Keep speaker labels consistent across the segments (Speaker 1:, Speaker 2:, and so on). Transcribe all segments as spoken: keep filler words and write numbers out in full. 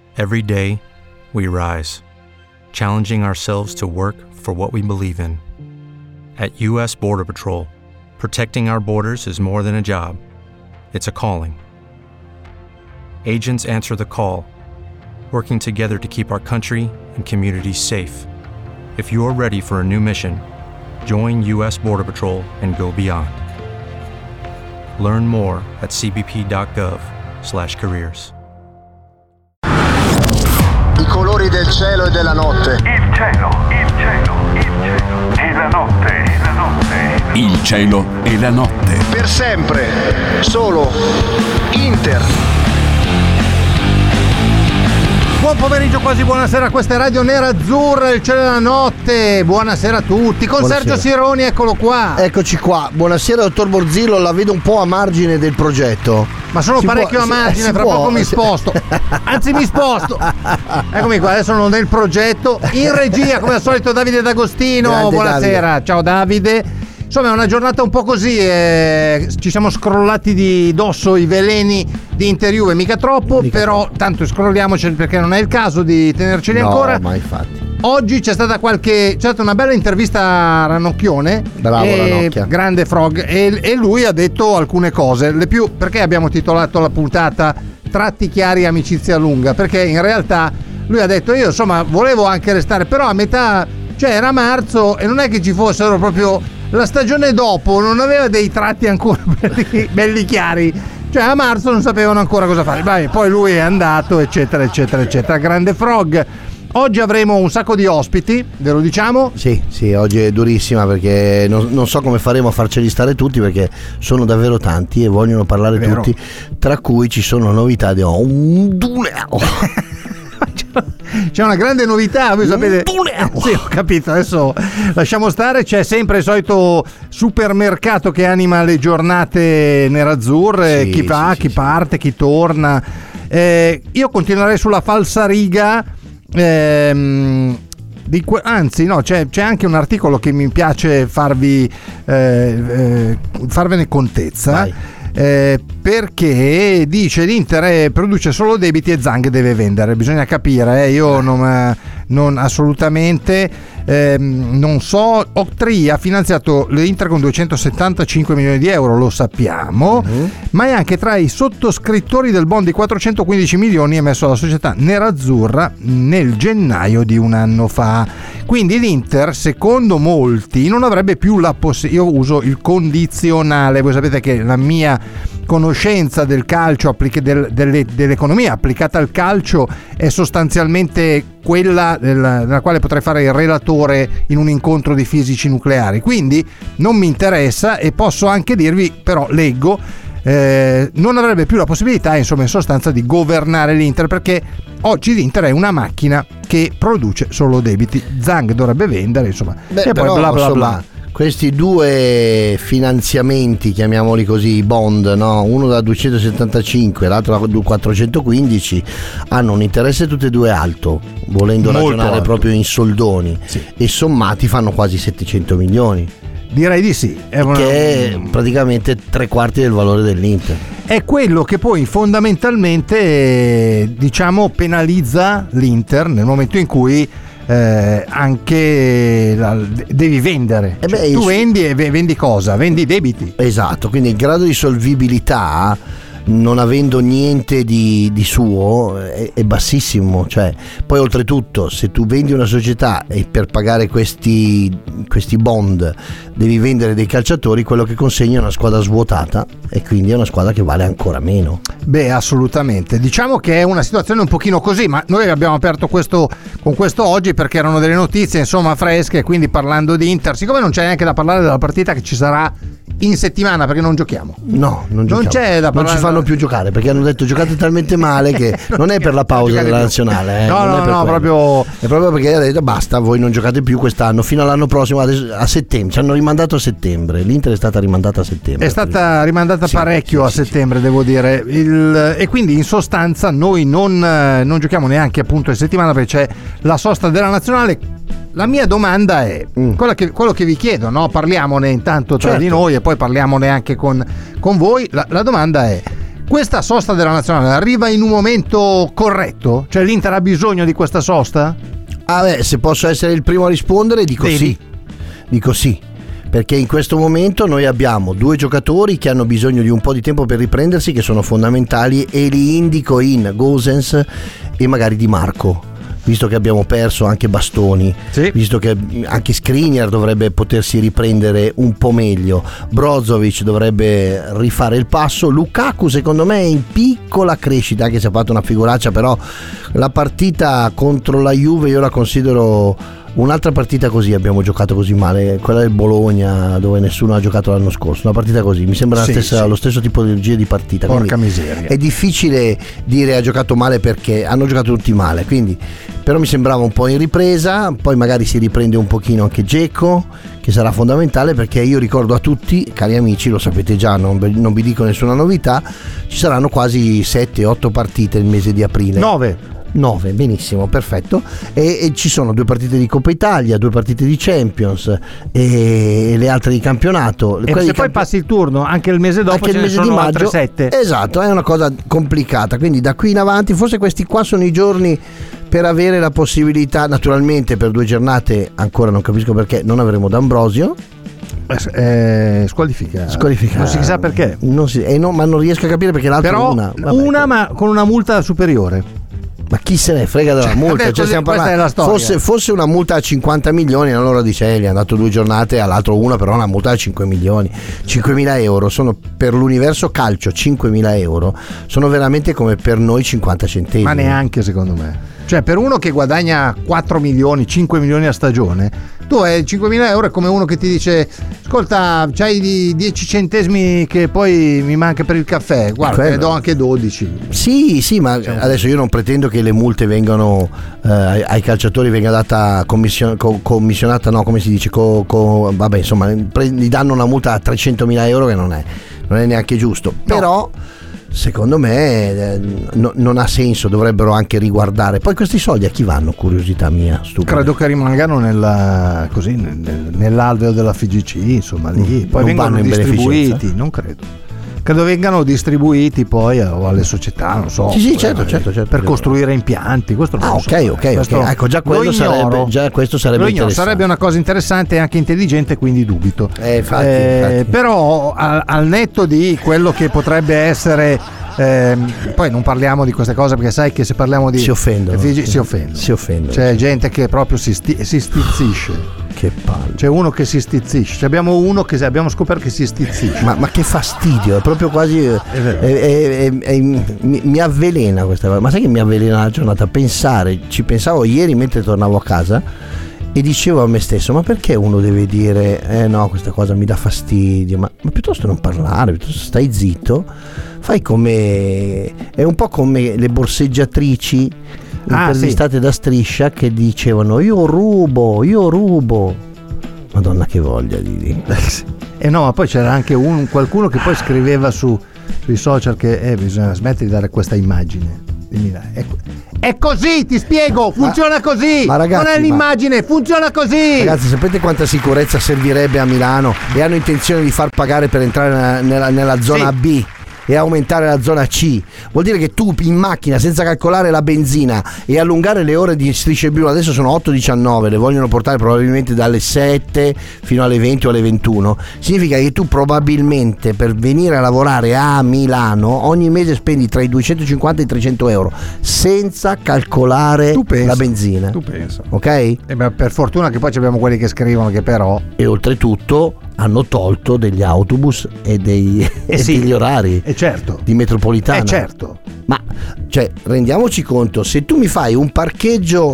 Speaker 1: Every day, we rise, challenging ourselves to work for what we believe in. At U S Border Patrol, protecting our borders is more than a job. It's a calling. Agents answer the call, working together to keep our country and communities safe. If you're ready for a new mission, join U S Border Patrol and go beyond. Learn more at c b p dot gov slash careers.
Speaker 2: I colori del cielo e della notte.
Speaker 3: Il cielo, il cielo, il cielo. E la notte, e la notte.
Speaker 4: Il cielo e la notte.
Speaker 2: Per sempre. Solo Inter.
Speaker 5: Buon pomeriggio, quasi buonasera, questa è Radio Nerazzurra, il cielo e la notte. Buonasera a tutti, con
Speaker 6: Buonasera.
Speaker 5: Sergio Sironi, eccolo qua.
Speaker 6: Eccoci qua, buonasera dottor Borzillo, la vedo un po' a margine del progetto.
Speaker 5: Ma sono
Speaker 6: Si
Speaker 5: parecchio
Speaker 6: può-
Speaker 5: a margine,
Speaker 6: si
Speaker 5: fra
Speaker 6: può-
Speaker 5: poco mi
Speaker 6: si-
Speaker 5: sposto. Anzi mi sposto. Eccomi qua, adesso sono nel progetto. In regia, come al solito, Davide D'Agostino.
Speaker 6: Grande
Speaker 5: Buonasera,
Speaker 6: Davide.
Speaker 5: ciao Davide. Insomma è una giornata un po' così, eh, ci siamo scrollati di dosso i veleni di Inter-Juve, mica troppo,
Speaker 6: Mica
Speaker 5: però tanto scrolliamoci perché non è il caso di tenerceli
Speaker 6: No,
Speaker 5: ancora.
Speaker 6: ma infatti.
Speaker 5: Oggi c'è stata qualche c'è stata una bella intervista a Ranocchione.
Speaker 6: Bravo,
Speaker 5: e-
Speaker 6: Ranocchia.
Speaker 5: grande Frog, e, e lui ha detto alcune cose, le più, perché abbiamo titolato la puntata Tratti chiari, amicizia lunga, perché in realtà lui ha detto io insomma volevo anche restare, però a metà, cioè era marzo e non è che ci fossero proprio, la stagione dopo non aveva dei tratti ancora belli, belli chiari, cioè a marzo non sapevano ancora cosa fare. Vai, poi lui è andato, eccetera eccetera eccetera. Grande Frog. Oggi avremo un sacco di ospiti, ve lo diciamo?
Speaker 6: Sì, sì, oggi è durissima perché non, non so come faremo a farceli stare tutti perché sono davvero tanti e vogliono parlare
Speaker 5: Vero.
Speaker 6: tutti, tra cui ci sono novità di un
Speaker 5: C'è una grande novità, voi sapete. Sì, ho capito, adesso lasciamo stare. C'è sempre il solito supermercato che anima le giornate nerazzurre,
Speaker 6: Sì,
Speaker 5: chi va,
Speaker 6: sì,
Speaker 5: chi
Speaker 6: sì,
Speaker 5: parte, chi torna. Eh, io continuerei sulla falsariga. Ehm, di que- anzi no, c'è, c'è anche un articolo che mi piace farvi eh, eh, farvene contezza.
Speaker 6: Vai.
Speaker 5: Eh, perché dice l'Inter eh, produce solo debiti e Zhang deve vendere, bisogna capire, eh, io non, eh, non assolutamente ehm, non so. Octree ha finanziato l'Inter con duecentosettantacinque milioni di euro, lo sappiamo,
Speaker 6: Uh-huh.
Speaker 5: ma è anche tra i sottoscrittori del bond di quattrocentoquindici milioni emesso dalla società nerazzurra nel gennaio di un anno fa. Quindi l'Inter, secondo molti, non avrebbe più la possibilità. Io uso il condizionale, voi sapete che la mia conoscenza del calcio, applica- del- delle- dell'economia applicata al calcio è sostanzialmente quella della, della quale potrei fare il relatore in un incontro di fisici nucleari, quindi non mi interessa e posso anche dirvi, però leggo, eh, non avrebbe più la possibilità, insomma, in sostanza, di governare l'Inter, perché oggi l'Inter è una macchina che produce solo debiti. Zhang dovrebbe vendere, insomma,
Speaker 6: Beh,
Speaker 5: e poi
Speaker 6: però,
Speaker 5: bla bla
Speaker 6: insomma,
Speaker 5: bla.
Speaker 6: questi due finanziamenti, chiamiamoli così, bond, no? Uno da duecentosettantacinque, l'altro da quattrocentoquindici, hanno un interesse tutte e due alto, volendo
Speaker 5: Molto
Speaker 6: ragionare
Speaker 5: alto.
Speaker 6: proprio in soldoni,
Speaker 5: Sì.
Speaker 6: e sommati fanno quasi settecento milioni,
Speaker 5: Direi di sì. È, una-
Speaker 6: che è praticamente tre quarti del valore dell'Inter.
Speaker 5: è quello che poi fondamentalmente eh, diciamo penalizza l'Inter nel momento in cui eh, anche la- devi vendere.
Speaker 6: Eh
Speaker 5: Cioè,
Speaker 6: beh,
Speaker 5: tu
Speaker 6: il-
Speaker 5: vendi e ve- vendi cosa? Vendi i debiti.
Speaker 6: Esatto, quindi il grado di solvibilità, non avendo niente di, di suo, è, è bassissimo. Cioè, poi oltretutto, se tu vendi una società e per pagare questi, questi bond devi vendere dei calciatori, quello che consegna è una squadra svuotata e quindi è una squadra che vale ancora meno.
Speaker 5: Beh, assolutamente. Diciamo che è una situazione un pochino così, ma noi abbiamo aperto questo con questo oggi perché erano delle notizie, insomma, fresche, quindi parlando di Inter, siccome non c'è neanche da parlare della partita che ci sarà in settimana, perché non giochiamo.
Speaker 6: No, non,
Speaker 5: Non
Speaker 6: giochiamo.
Speaker 5: c'è da
Speaker 6: Non
Speaker 5: parlare-
Speaker 6: ci fanno più giocare perché hanno detto giocate talmente male che non è per la pausa
Speaker 5: giocate
Speaker 6: della
Speaker 5: più.
Speaker 6: nazionale, eh,
Speaker 5: No,
Speaker 6: non
Speaker 5: no,
Speaker 6: è per
Speaker 5: no,
Speaker 6: quello.
Speaker 5: proprio-
Speaker 6: È proprio perché ha detto basta, voi non giocate più quest'anno fino all'anno prossimo, adesso- a settembre. Ci hanno rimandato a settembre. L'Inter è stata rimandata a settembre.
Speaker 5: È stata rimandata
Speaker 6: Sì,
Speaker 5: parecchio
Speaker 6: sì,
Speaker 5: a
Speaker 6: sì,
Speaker 5: settembre, devo dire. Il- e quindi in sostanza noi non, eh, non giochiamo neanche appunto in settimana perché c'è la sosta della nazionale. La mia domanda è
Speaker 6: Mm.
Speaker 5: quella che, quello che vi chiedo, no? Parliamone intanto tra
Speaker 6: Certo.
Speaker 5: di noi e poi parliamone anche con, con voi. La, la domanda è: questa sosta della nazionale arriva in un momento corretto? Cioè l'Inter ha bisogno di questa sosta?
Speaker 6: Ah beh, se posso essere il primo a rispondere dico
Speaker 5: Vedi?
Speaker 6: sì. Dico sì. Perché in questo momento noi abbiamo due giocatori che hanno bisogno di un po' di tempo per riprendersi, che sono fondamentali, e li indico in Gosens e magari Di Marco, visto che abbiamo perso anche Bastoni,
Speaker 5: Sì.
Speaker 6: visto che anche Skriniar dovrebbe potersi riprendere un po' meglio, Brozovic dovrebbe rifare il passo, Lukaku secondo me è in piccola crescita, anche se ha fatto una figuraccia, però la partita contro la Juve io la considero un'altra partita così, abbiamo giocato così male, quella del Bologna dove nessuno ha giocato l'anno scorso, una partita così, mi sembra la
Speaker 5: Sì,
Speaker 6: stessa,
Speaker 5: sì.
Speaker 6: lo stesso tipo di di partita.
Speaker 5: Porca
Speaker 6: Quindi
Speaker 5: miseria.
Speaker 6: è difficile dire ha giocato male perché hanno giocato tutti male, quindi però mi sembrava un po' in ripresa, poi magari si riprende un pochino anche Dzeko, che sarà fondamentale, perché io ricordo a tutti, cari amici, lo sapete già, non, non vi dico nessuna novità, ci saranno quasi sette otto partite il mese di aprile.
Speaker 5: nove.
Speaker 6: nove, benissimo, perfetto. E, e ci sono due partite di Coppa Italia, due partite di Champions e le altre di campionato.
Speaker 5: E
Speaker 6: Quelle
Speaker 5: se
Speaker 6: di
Speaker 5: poi
Speaker 6: camp-
Speaker 5: passi il turno, anche il mese dopo
Speaker 6: anche
Speaker 5: ce
Speaker 6: il
Speaker 5: ne
Speaker 6: mese di
Speaker 5: sono altre
Speaker 6: maggio,
Speaker 5: sette.
Speaker 6: esatto, è una cosa complicata. Quindi da qui in avanti, forse questi qua sono i giorni per avere la possibilità. Naturalmente, per due giornate ancora non capisco perché non avremo D'Ambrosio.
Speaker 5: Eh, squalifica.
Speaker 6: Squalificato.
Speaker 5: Non si sa perché.
Speaker 6: Non si, eh no, ma non riesco a capire perché l'altro
Speaker 5: Però
Speaker 6: una.
Speaker 5: una,
Speaker 6: Vabbè,
Speaker 5: ma con una multa superiore.
Speaker 6: Ma chi se ne frega della
Speaker 5: Cioè,
Speaker 6: multa?
Speaker 5: vabbè,
Speaker 6: Cioè,
Speaker 5: così-
Speaker 6: stiamo
Speaker 5: questa
Speaker 6: parlando-
Speaker 5: è la storia.
Speaker 6: Fosse, fosse una multa a cinquanta milioni, allora dice eh, gli è andato due giornate, all'altro una, però una multa a cinque milioni. cinquemila euro sono per l'universo calcio, cinquemila euro sono veramente come per noi cinquanta centesimi.
Speaker 5: Ma neanche secondo me. Cioè per uno che guadagna quattro milioni, cinque milioni a stagione, tu hai cinquemila euro è come uno che ti dice ascolta c'hai di dieci centesimi che poi mi manca per il caffè, guarda
Speaker 6: Quello.
Speaker 5: te ne do anche dodici.
Speaker 6: Sì, sì, ma adesso io non pretendo che le multe vengano eh, ai, ai calciatori venga data commission- co- commissionata, no, come si dice, co- co- vabbè, insomma, pre- gli danno una multa a trecentomila euro che non è, non è neanche giusto. Però secondo me eh, no- non ha senso, dovrebbero anche riguardare. Poi questi soldi a chi vanno? Curiosità mia, stupida.
Speaker 5: Credo che rimangano nella, così, nel- nel- nell'alveo della F G C, insomma lì. Poi
Speaker 6: Non
Speaker 5: vengono
Speaker 6: vanno in
Speaker 5: distribuiti,
Speaker 6: beneficenza?
Speaker 5: non credo. Credo vengano distribuiti poi a- o alle società, non so.
Speaker 6: Sì, sì,
Speaker 5: eh,
Speaker 6: certo, certo, certo.
Speaker 5: per costruire impianti. Questo non
Speaker 6: Ah,
Speaker 5: lo
Speaker 6: ok,
Speaker 5: so, eh.
Speaker 6: ok,
Speaker 5: Questo
Speaker 6: ok. Ecco, già
Speaker 5: lo
Speaker 6: quello
Speaker 5: ignoro.
Speaker 6: sarebbe, già questo sarebbe
Speaker 5: Lo ignoro,
Speaker 6: interessante.
Speaker 5: sarebbe una cosa interessante e anche intelligente, quindi dubito.
Speaker 6: Eh, infatti,
Speaker 5: Eh,
Speaker 6: infatti.
Speaker 5: Però al, al netto di quello che potrebbe essere, ehm, poi non parliamo di queste cose perché sai che se parliamo di
Speaker 6: Si offendono.
Speaker 5: Figi- si offendono.
Speaker 6: Si offendono,
Speaker 5: C'è
Speaker 6: sì.
Speaker 5: gente che proprio si, sti- si stizzisce.
Speaker 6: Che palle.
Speaker 5: C'è uno che si stizzisce. Cioè, abbiamo uno che abbiamo scoperto che si stizzisce.
Speaker 6: Ma, ma che fastidio, è proprio quasi eh,
Speaker 5: vero.
Speaker 6: è- è- è- è- mi, mi avvelena questa cosa. Ma sai che mi avvelena la giornata? Pensare, ci pensavo ieri mentre tornavo a casa e dicevo a me stesso: ma perché uno deve dire eh no, questa cosa mi dà fastidio? Ma, ma piuttosto non parlare, piuttosto stai zitto, fai come, è un po' come le borseggiatrici
Speaker 5: Ah,
Speaker 6: intervistate da Striscia che dicevano io rubo, io rubo. Madonna che voglia di...
Speaker 5: E no, ma poi c'era anche un, qualcuno che poi scriveva su, sui social che eh, bisogna smettere di dare questa immagine di Milano. È, è così, ti spiego, funziona così.
Speaker 6: ma ragazzi,
Speaker 5: non è
Speaker 6: ma-
Speaker 5: l'immagine, funziona così.
Speaker 6: Ragazzi, sapete quanta sicurezza servirebbe a Milano? E hanno intenzione di far pagare per entrare nella, nella- nella zona
Speaker 5: Sì.
Speaker 6: B e aumentare la zona C. Vuol dire che tu in macchina, senza calcolare la benzina e allungare le ore di strisce blu, adesso sono otto e diciannove, le vogliono portare probabilmente dalle sette fino alle venti o alle ventuno, significa che tu probabilmente per venire a lavorare a Milano ogni mese spendi tra i duecentocinquanta e i trecento euro senza calcolare
Speaker 5: Tu pensa,
Speaker 6: la benzina.
Speaker 5: Tu pensa.
Speaker 6: Ok?
Speaker 5: Eh, beh, per fortuna che poi abbiamo quelli che scrivono che però
Speaker 6: E oltretutto hanno tolto degli autobus e, dei, e
Speaker 5: sì.
Speaker 6: degli orari
Speaker 5: è certo.
Speaker 6: di metropolitana.
Speaker 5: Eh certo.
Speaker 6: Ma cioè, rendiamoci conto, se tu mi fai un parcheggio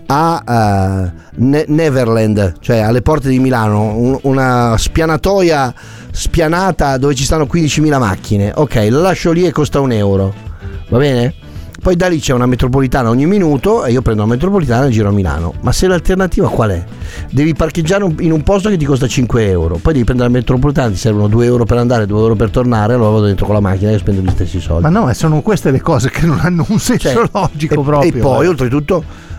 Speaker 6: a uh, Ne- Neverland, cioè alle porte di Milano, un- una spianatoia spianata dove ci stanno quindicimila macchine, ok, lo lascio lì e costa un euro, va bene? Poi da lì c'è una metropolitana ogni minuto e io prendo la metropolitana e giro a Milano. Ma se l'alternativa qual è? Devi parcheggiare un- in un posto che ti costa cinque euro, poi devi prendere la metropolitana, ti servono due euro per andare, due euro per tornare, allora vado dentro con la macchina e spendo gli stessi soldi.
Speaker 5: Ma no, sono queste le cose che non hanno un senso
Speaker 6: Cioè,
Speaker 5: logico
Speaker 6: e,
Speaker 5: proprio.
Speaker 6: e poi
Speaker 5: eh.
Speaker 6: oltretutto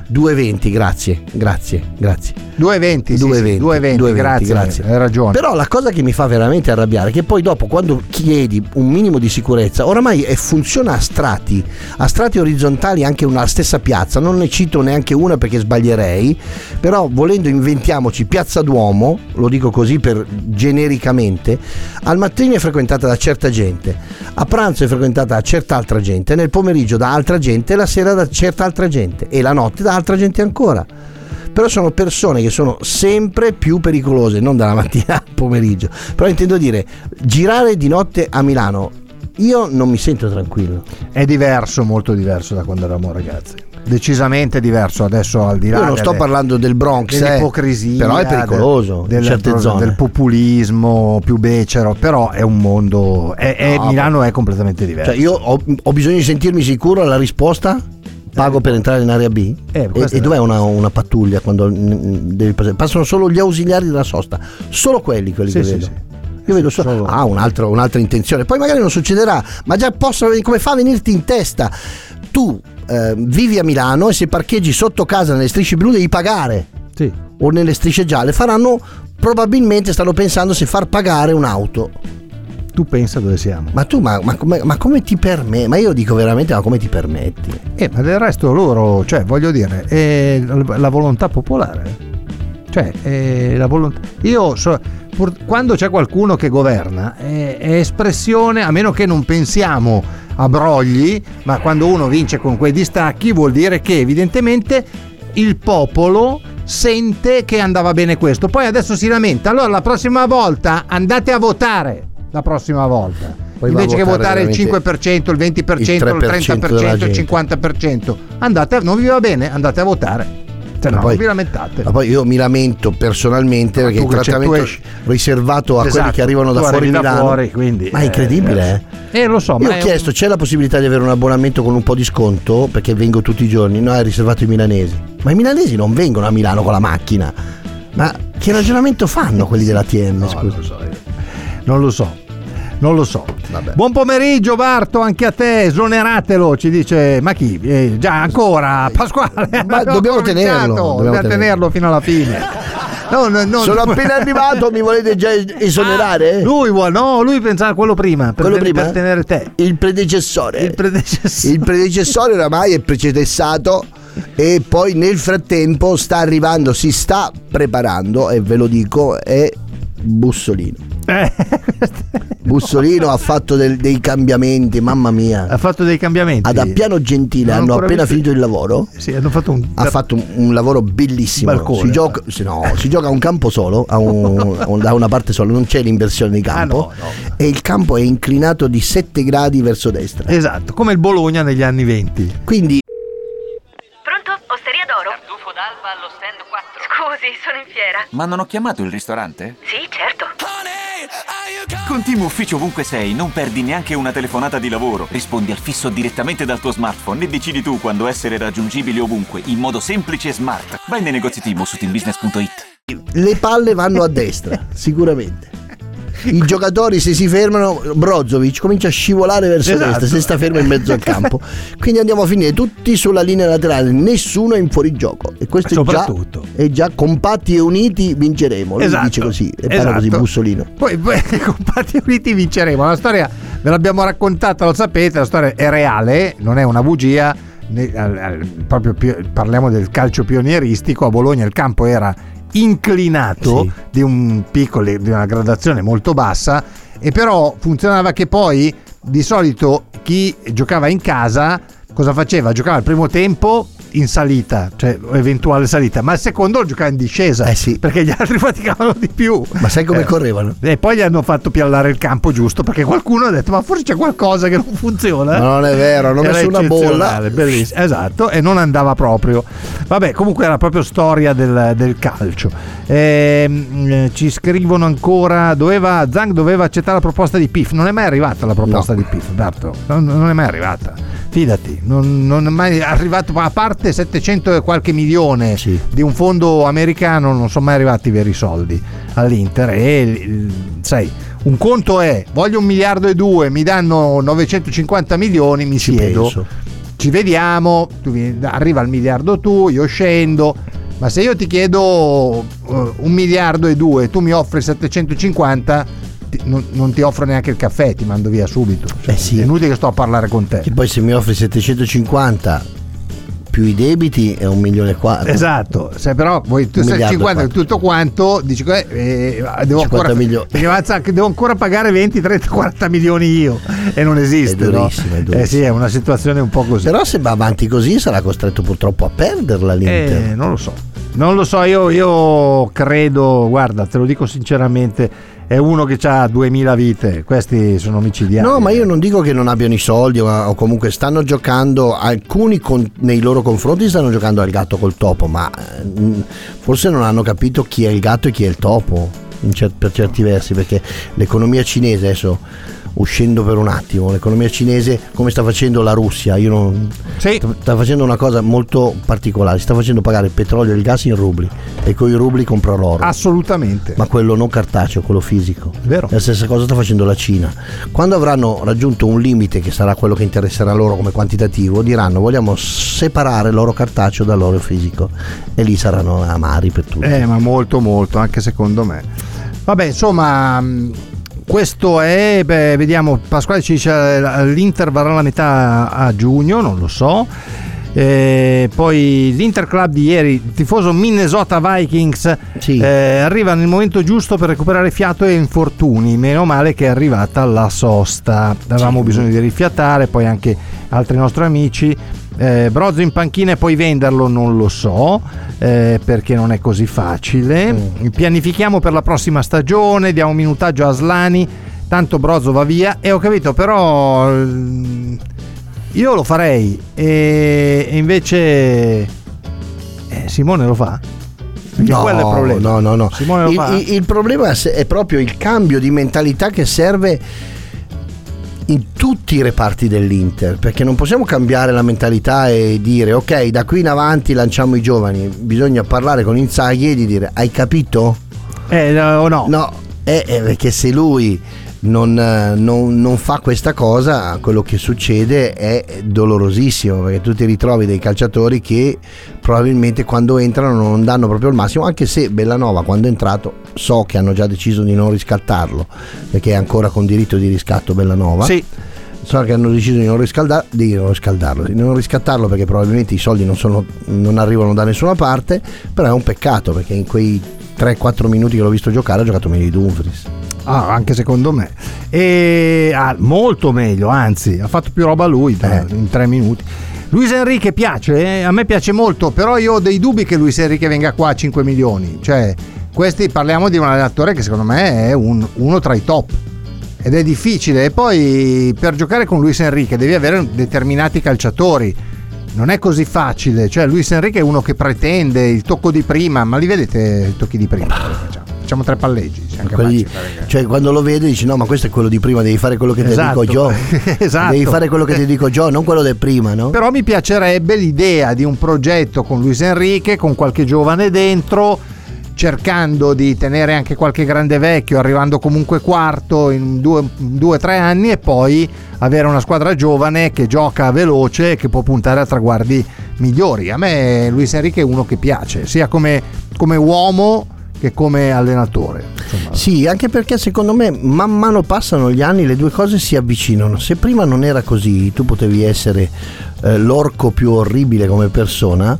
Speaker 6: due venti, grazie, grazie, grazie.
Speaker 5: due venti,
Speaker 6: due
Speaker 5: sì,
Speaker 6: venti,
Speaker 5: sì, due venti,
Speaker 6: due venti,
Speaker 5: grazie,
Speaker 6: grazie.
Speaker 5: Hai ragione.
Speaker 6: Però la cosa che mi fa veramente arrabbiare è che poi dopo, quando chiedi un minimo di sicurezza, oramai è, funziona a strati, a strati orizzontali, anche una stessa piazza. Non ne cito neanche una perché sbaglierei, però volendo inventiamoci Piazza Duomo, lo dico così per genericamente, al mattino è frequentata da certa gente, a pranzo è frequentata da certa altra gente, nel pomeriggio da altra gente, la sera da certa altra gente e la notte da altra gente ancora. Però sono persone che sono sempre più pericolose, non dalla mattina al pomeriggio. Però intendo dire, girare di notte a Milano, io non mi sento tranquillo.
Speaker 5: È diverso, molto diverso da quando eravamo ragazzi. Decisamente diverso adesso, al di là.
Speaker 6: Io non
Speaker 5: delle,
Speaker 6: sto parlando del Bronx,
Speaker 5: dell'ipocrisia,
Speaker 6: eh, però è pericoloso
Speaker 5: del,
Speaker 6: in certe
Speaker 5: del,
Speaker 6: zone.
Speaker 5: del populismo più becero, però è un mondo. È, è,
Speaker 6: No,
Speaker 5: Milano è completamente diverso.
Speaker 6: Cioè io ho, ho bisogno di sentirmi sicuro, la risposta? Pago per entrare in area B?
Speaker 5: Eh,
Speaker 6: e, e dov'è una, una pattuglia quando devi passare? Passano solo gli ausiliari della sosta, solo quelli, quelli
Speaker 5: Sì,
Speaker 6: che
Speaker 5: sì,
Speaker 6: vedo.
Speaker 5: sì.
Speaker 6: Io vedo solo,
Speaker 5: Solo-
Speaker 6: ah, un altro- un'altra intenzione. Poi magari non succederà, ma già possono, come fa a venirti in testa? Tu eh, vivi a Milano e se parcheggi sotto casa nelle strisce blu devi pagare,
Speaker 5: Sì.
Speaker 6: o nelle strisce gialle. Faranno, probabilmente stanno pensando se far pagare un'auto.
Speaker 5: Tu pensa dove siamo.
Speaker 6: Ma tu, ma, ma, come, ma come ti permetti? Ma io dico veramente, ma come ti permetti?
Speaker 5: Eh, ma del resto loro, cioè, voglio dire, è la la volontà popolare. Cioè, è la volontà. Io so, pur- quando c'è qualcuno che governa, è, è espressione, a meno che non pensiamo a brogli, ma quando uno vince con quei distacchi vuol dire che evidentemente il popolo sente che andava bene questo. Poi adesso si lamenta. Allora la prossima volta andate a votare. La prossima volta.
Speaker 6: Poi va a
Speaker 5: Invece che
Speaker 6: votare
Speaker 5: votare il
Speaker 6: veramente
Speaker 5: cinque per cento, il venti per cento, il,
Speaker 6: il tre per cento
Speaker 5: trenta per
Speaker 6: della
Speaker 5: cento, il
Speaker 6: gente.
Speaker 5: cinquanta per cento, andate, non vi va bene, andate a votare. Se no,
Speaker 6: Ma poi-
Speaker 5: non vi lamentate.
Speaker 6: Ma poi io mi lamento personalmente perché
Speaker 5: tu
Speaker 6: il
Speaker 5: che c'è-
Speaker 6: trattamento
Speaker 5: tu esci-
Speaker 6: riservato a quelli
Speaker 5: Esatto,
Speaker 6: che arrivano da
Speaker 5: tu
Speaker 6: fuori
Speaker 5: arrivi da
Speaker 6: Milano.
Speaker 5: fuori, quindi,
Speaker 6: ma è
Speaker 5: eh,
Speaker 6: incredibile, eh.
Speaker 5: Eh, lo so,
Speaker 6: Io
Speaker 5: ma
Speaker 6: ho
Speaker 5: è
Speaker 6: chiesto,
Speaker 5: un-
Speaker 6: c'è la possibilità di avere un abbonamento con un po' di sconto perché vengo tutti i giorni? No, è riservato ai milanesi. Ma i milanesi non vengono a Milano con la macchina. Ma che ragionamento fanno quelli della T M?
Speaker 5: No,
Speaker 6: scusa?
Speaker 5: non lo so io. Non lo so. Non lo so.
Speaker 6: Vabbè.
Speaker 5: Buon pomeriggio Barto, anche a te, esoneratelo, ci dice, ma chi? Eh, già ancora, Pasquale.
Speaker 6: Ma
Speaker 5: abbiamo
Speaker 6: dobbiamo
Speaker 5: cominciato,
Speaker 6: tenerlo, dobbiamo
Speaker 5: dobbiamo
Speaker 6: tenerlo.
Speaker 5: tenerlo fino alla fine. No, no, no,
Speaker 6: Sono appena arrivato, mi volete già esonerare?
Speaker 5: Ah, lui vuole, no, lui pensava a quello prima, per,
Speaker 6: Quello
Speaker 5: ten-
Speaker 6: prima?
Speaker 5: per tenere te.
Speaker 6: Il predecessore.
Speaker 5: Il predecessore.
Speaker 6: Il predecessore oramai è precedessato e poi nel frattempo sta arrivando, si sta preparando, e ve lo dico, è Bussolino.
Speaker 5: Eh,
Speaker 6: Bussolino ha fatto del- dei cambiamenti, mamma mia.
Speaker 5: ha fatto dei cambiamenti.
Speaker 6: Ad Appiano Gentile
Speaker 5: Non ho
Speaker 6: hanno
Speaker 5: ancora
Speaker 6: appena
Speaker 5: visto-
Speaker 6: finito il lavoro.
Speaker 5: Sì, hanno fatto un
Speaker 6: Ha fatto un, un lavoro bellissimo.
Speaker 5: Balcone.
Speaker 6: Si gioca, sì, no, si gioca a un campo solo, a un- a un- da una parte solo, non c'è l'inversione di campo.
Speaker 5: Ah, no, no.
Speaker 6: E il campo è inclinato di sette gradi verso destra.
Speaker 5: Esatto, come il Bologna negli anni venti.
Speaker 6: Quindi
Speaker 7: Pronto? Osteria d'oro?
Speaker 8: Tartufo d'alba allo stand quattro.
Speaker 7: Scusi, sono in fiera.
Speaker 8: Ma non ho chiamato il ristorante?
Speaker 7: Sì, certo.
Speaker 8: Con Team Ufficio ovunque sei, non perdi neanche una telefonata di lavoro. Rispondi al fisso direttamente dal tuo smartphone e decidi tu quando essere raggiungibile ovunque, in modo semplice e smart. Vai nei negozi Team o su team business punto it.
Speaker 6: le palle vanno a destra, sicuramente. I giocatori, se si fermano, Brozovic comincia a scivolare verso
Speaker 5: Esatto.
Speaker 6: destra se sta fermo in mezzo al campo. Quindi andiamo a finire tutti sulla linea laterale, nessuno è in fuorigioco. E questo è già,
Speaker 5: Soprattutto.
Speaker 6: è già compatti e uniti vinceremo. Lui
Speaker 5: Esatto.
Speaker 6: dice così e parla
Speaker 5: Esatto.
Speaker 6: così Bussolino.
Speaker 5: Poi, poi compatti uniti vinceremo. La storia ve l'abbiamo raccontata, lo sapete, la storia è reale, non è una bugia. Ne- al- al- proprio pi- parliamo del calcio pionieristico. A Bologna il campo era inclinato,
Speaker 6: Sì.
Speaker 5: di un piccolo, di una gradazione molto bassa, e però funzionava che poi di solito chi giocava in casa cosa faceva? Giocava il primo tempo in salita, cioè eventuale salita, ma il secondo lo giocava in discesa,
Speaker 6: Eh sì.
Speaker 5: perché gli altri faticavano di più.
Speaker 6: Ma sai come
Speaker 5: Eh,
Speaker 6: correvano?
Speaker 5: E poi gli hanno fatto piallare il campo giusto, perché qualcuno ha detto ma forse c'è qualcosa che non funziona.
Speaker 6: Ma non è vero, hanno
Speaker 5: Era
Speaker 6: messo una bolla.
Speaker 5: eccezionale, bellissimo, esatto, e non andava proprio. Vabbè, comunque era proprio storia del, del calcio. Ehm, eh, ci scrivono ancora, doveva Zhang doveva accettare la proposta di P I F. Non è mai arrivata la proposta
Speaker 6: No.
Speaker 5: di P I F, Berto, non, non è mai arrivata, fidati, non, non è mai arrivato, a parte settecento e qualche milione
Speaker 6: Sì.
Speaker 5: di un fondo americano, non sono mai arrivati i veri soldi all'Inter. E il- sai, un conto è voglio un miliardo e due, mi danno novecentocinquanta milioni, mi
Speaker 6: Ci
Speaker 5: siedo.
Speaker 6: penso.
Speaker 5: ci vediamo, tu vieni, arriva al miliardo tu, io scendo, ma se io ti chiedo uh, un miliardo e due, tu mi offri settecentocinquanta, ti, non, non ti offro neanche il caffè, ti mando via subito. Cioè,
Speaker 6: eh sì.
Speaker 5: È inutile che sto a parlare con te.
Speaker 6: E poi se mi offri settecentocinquanta più i debiti è un milione e quattro.
Speaker 5: Esatto, se però voi tu sei cinquanta tutto quanto dici eh, devo ancora
Speaker 6: milioni.
Speaker 5: Devo ancora pagare venti, trenta, quaranta milioni io e non esiste,
Speaker 6: è durissimo,
Speaker 5: no?
Speaker 6: è durissimo.
Speaker 5: Eh sì, è una situazione un po' così.
Speaker 6: Però se va avanti così sarà costretto purtroppo a perderla l'Inter.
Speaker 5: Eh, non lo so. Non lo so, io, io credo, guarda, te lo dico sinceramente, è uno che ha duemila vite, questi sono micidiali.
Speaker 6: No, ma io non dico che non abbiano i soldi o, o comunque stanno giocando, alcuni con, nei loro confronti stanno giocando al gatto col topo, ma mh, forse non hanno capito chi è il gatto e chi è il topo in cer- per certi versi, perché l'economia cinese adesso, uscendo per un attimo, l'economia cinese come sta facendo la Russia, io non,
Speaker 5: sì.
Speaker 6: sta facendo una cosa molto particolare, sta facendo pagare il petrolio e il gas in rubli e con i rubli compra l'oro.
Speaker 5: Assolutamente.
Speaker 6: Ma quello non cartaceo, quello fisico.
Speaker 5: Vero.
Speaker 6: La stessa cosa sta facendo la Cina. Quando avranno raggiunto un limite che sarà quello che interesserà loro come quantitativo, diranno vogliamo separare l'oro cartaceo dall'oro fisico e lì saranno amari per tutti.
Speaker 5: Eh, ma molto molto, anche secondo me. Vabbè, insomma, questo è, beh, vediamo, Pasquale ci dice l'Inter varrà la metà a giugno, non lo so. Eh, poi l'Inter Club di ieri, il tifoso Minnesota Vikings,
Speaker 6: sì.
Speaker 5: eh, arriva nel momento giusto per recuperare fiato e infortuni, meno male che è arrivata la sosta, avevamo sì. bisogno di rifiatare, poi anche altri nostri amici. eh, Brozzo in panchina e poi venderlo non lo so, eh, perché non è così facile. mm. Pianifichiamo per la prossima stagione, diamo un minutaggio a Aslani, tanto Brozzo va via, e ho capito però io lo farei e, e invece eh, Simone lo fa? Perché
Speaker 6: no,
Speaker 5: quello è il problema.
Speaker 6: No, no, no.
Speaker 5: Simone lo
Speaker 6: il,
Speaker 5: fa?
Speaker 6: Il, il problema è proprio il cambio di mentalità che serve in tutti i reparti dell'Inter, perché non possiamo cambiare la mentalità e dire ok, da qui in avanti lanciamo i giovani. Bisogna parlare con Inzaghi e di dire hai capito?
Speaker 5: Eh o no?
Speaker 6: No, eh, eh, perché se lui Non, non, non fa questa cosa, quello che succede è dolorosissimo, perché tu ti ritrovi dei calciatori che probabilmente quando entrano non danno proprio il massimo, anche se Bellanova quando è entrato so che hanno già deciso di non riscattarlo, perché è ancora con diritto di riscatto Bellanova.
Speaker 5: Sì.
Speaker 6: So che hanno deciso di non, riscaldar- di non riscaldarlo, di non riscattarlo perché probabilmente i soldi non, sono, non arrivano da nessuna parte, però è un peccato perché in quei tre quattro minuti che l'ho visto giocare ha giocato meglio di Dumfries.
Speaker 5: Ah, anche secondo me. E ah, molto meglio, anzi, ha fatto più roba lui eh. in tre minuti. Luis Enrique piace? Eh? A me piace molto, però io ho dei dubbi che Luis Enrique venga qua a cinque milioni. Cioè, questi parliamo di un allenatore che secondo me è un, uno tra i top. Ed è difficile. E poi per giocare con Luis Enrique devi avere determinati calciatori. Non è così facile. Cioè, Luis Enrique è uno che pretende il tocco di prima, ma li vedete i tocchi di prima? Facciamo tre palleggi.
Speaker 6: Quelli, cioè quando lo vedi dici no, ma questo è quello di prima, devi fare quello che
Speaker 5: esatto.
Speaker 6: ti dico io.
Speaker 5: Esatto.
Speaker 6: Devi fare quello che ti dico io, non quello del prima, no?
Speaker 5: Però mi piacerebbe l'idea di un progetto con Luis Enrique, con qualche giovane dentro, cercando di tenere anche qualche grande vecchio, arrivando comunque quarto in due, due tre anni, e poi avere una squadra giovane che gioca veloce e che può puntare a traguardi migliori. A me Luis Enrique è uno che piace, sia come, come uomo che come allenatore. Insomma.
Speaker 6: Sì, anche perché secondo me man mano passano gli anni, le due cose si avvicinano. Se prima non era così, tu potevi essere eh, l'orco più orribile come persona,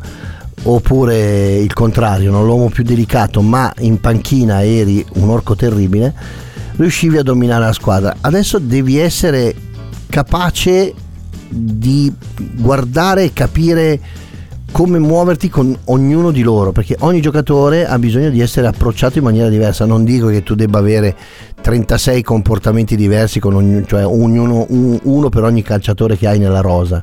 Speaker 6: oppure il contrario, non l'uomo più delicato, ma in panchina eri un orco terribile, riuscivi a dominare la squadra. Adesso devi essere capace di guardare e capire come muoverti con ognuno di loro, perché ogni giocatore ha bisogno di essere approcciato in maniera diversa. Non dico che tu debba avere trentasei comportamenti diversi con ognuno, cioè ognuno, un, uno per ogni calciatore che hai nella rosa,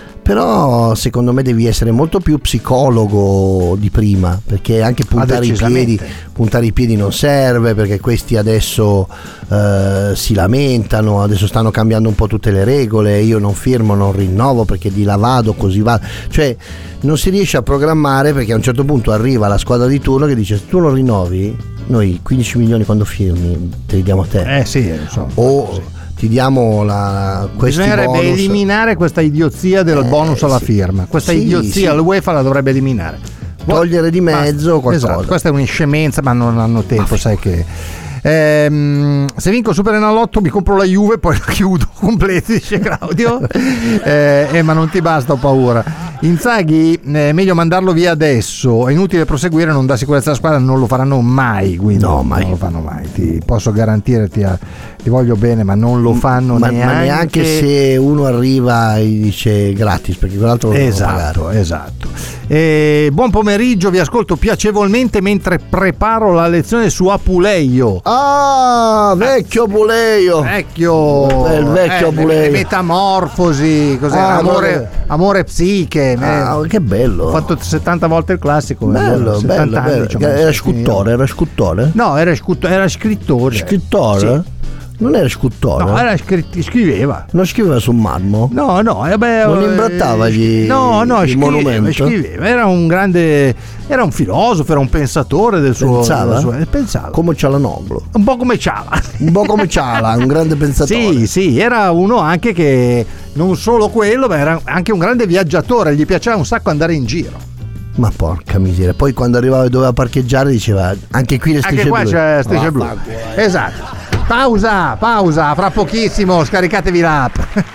Speaker 6: però secondo me devi essere molto più psicologo di prima, perché anche puntare i piedi puntare i piedi non serve, perché questi adesso eh, si lamentano, adesso stanno cambiando un po' tutte le regole, io non firmo, non rinnovo perché di là vado, così va, cioè non si riesce a programmare, perché a un certo punto arriva la squadra di turno che dice: se tu non rinnovi, noi quindici milioni quando firmi te li diamo a te.
Speaker 5: Eh sì, so,
Speaker 6: o
Speaker 5: sì.
Speaker 6: ti diamo la questi
Speaker 5: Bisognerebbe
Speaker 6: bonus.
Speaker 5: eliminare questa idiozia del
Speaker 6: Eh,
Speaker 5: bonus alla
Speaker 6: sì.
Speaker 5: firma. Questa
Speaker 6: Sì,
Speaker 5: idiozia
Speaker 6: sì.
Speaker 5: l'UEFA la dovrebbe eliminare.
Speaker 6: Togliere di mezzo
Speaker 5: Basta.
Speaker 6: qualcosa.
Speaker 5: Esatto, questa è un'inscemenza, ma non hanno tempo, sai che. Ehm, se vinco Super Enalotto mi compro la Juve, poi la chiudo completa, dice Claudio. eh, eh, ma non ti basta, ho paura. Inzaghi è meglio mandarlo via adesso, è inutile proseguire, non dà sicurezza alla squadra, non lo faranno mai, Guido.
Speaker 6: No, mai.
Speaker 5: Non lo fanno mai, ti posso garantire, ti, ti voglio bene, ma non lo fanno
Speaker 6: ma,
Speaker 5: neanche.
Speaker 6: ma neanche se uno arriva e dice gratis, perché quell'altro lo devono
Speaker 5: Esatto,
Speaker 6: pagare.
Speaker 5: esatto. Eh, buon pomeriggio, vi ascolto piacevolmente mentre preparo la lezione su Apuleio.
Speaker 6: Ah, vecchio Apuleio.
Speaker 5: Vecchio,
Speaker 6: Il vecchio
Speaker 5: eh,
Speaker 6: Apuleio.
Speaker 5: le metamorfosi, cos'era?
Speaker 6: Ah,
Speaker 5: amore,
Speaker 6: amore.
Speaker 5: amore psiche.
Speaker 6: Ah,
Speaker 5: eh,
Speaker 6: che bello.
Speaker 5: Ho fatto settanta volte il classico.
Speaker 6: Bello,
Speaker 5: eh, settanta
Speaker 6: bello,
Speaker 5: anni,
Speaker 6: bello.
Speaker 5: ci ho messo
Speaker 6: Era
Speaker 5: a
Speaker 6: scultore,
Speaker 5: finire.
Speaker 6: era scultore?
Speaker 5: No, era, scritto- era scrittore.
Speaker 6: Scrittore?
Speaker 5: Sì.
Speaker 6: Non era scultore?
Speaker 5: No, era scri- scriveva.
Speaker 6: Non scriveva su marmo?
Speaker 5: No, no, eh beh,
Speaker 6: Non
Speaker 5: eh,
Speaker 6: imbrattava gli-
Speaker 5: no, no,
Speaker 6: il
Speaker 5: scriveva,
Speaker 6: monumento?
Speaker 5: scriveva. Era un grande, era un filosofo, era un pensatore del suo.
Speaker 6: Pensava?
Speaker 5: del suo- eh, pensava.
Speaker 6: Come Cialanoglu.
Speaker 5: Un po' come Ciala.
Speaker 6: Un po' come Ciala, un grande pensatore.
Speaker 5: Sì, sì, era uno anche che non solo quello, ma era anche un grande viaggiatore, gli piaceva un sacco andare in giro.
Speaker 6: Ma porca miseria. Poi quando arrivava e doveva parcheggiare diceva anche qui le strisce
Speaker 5: Anche qua
Speaker 6: blu.
Speaker 5: c'è strisce blu.
Speaker 6: Vaffanculo, eh.
Speaker 5: Esatto. Pausa, pausa, fra pochissimo scaricatevi l'app.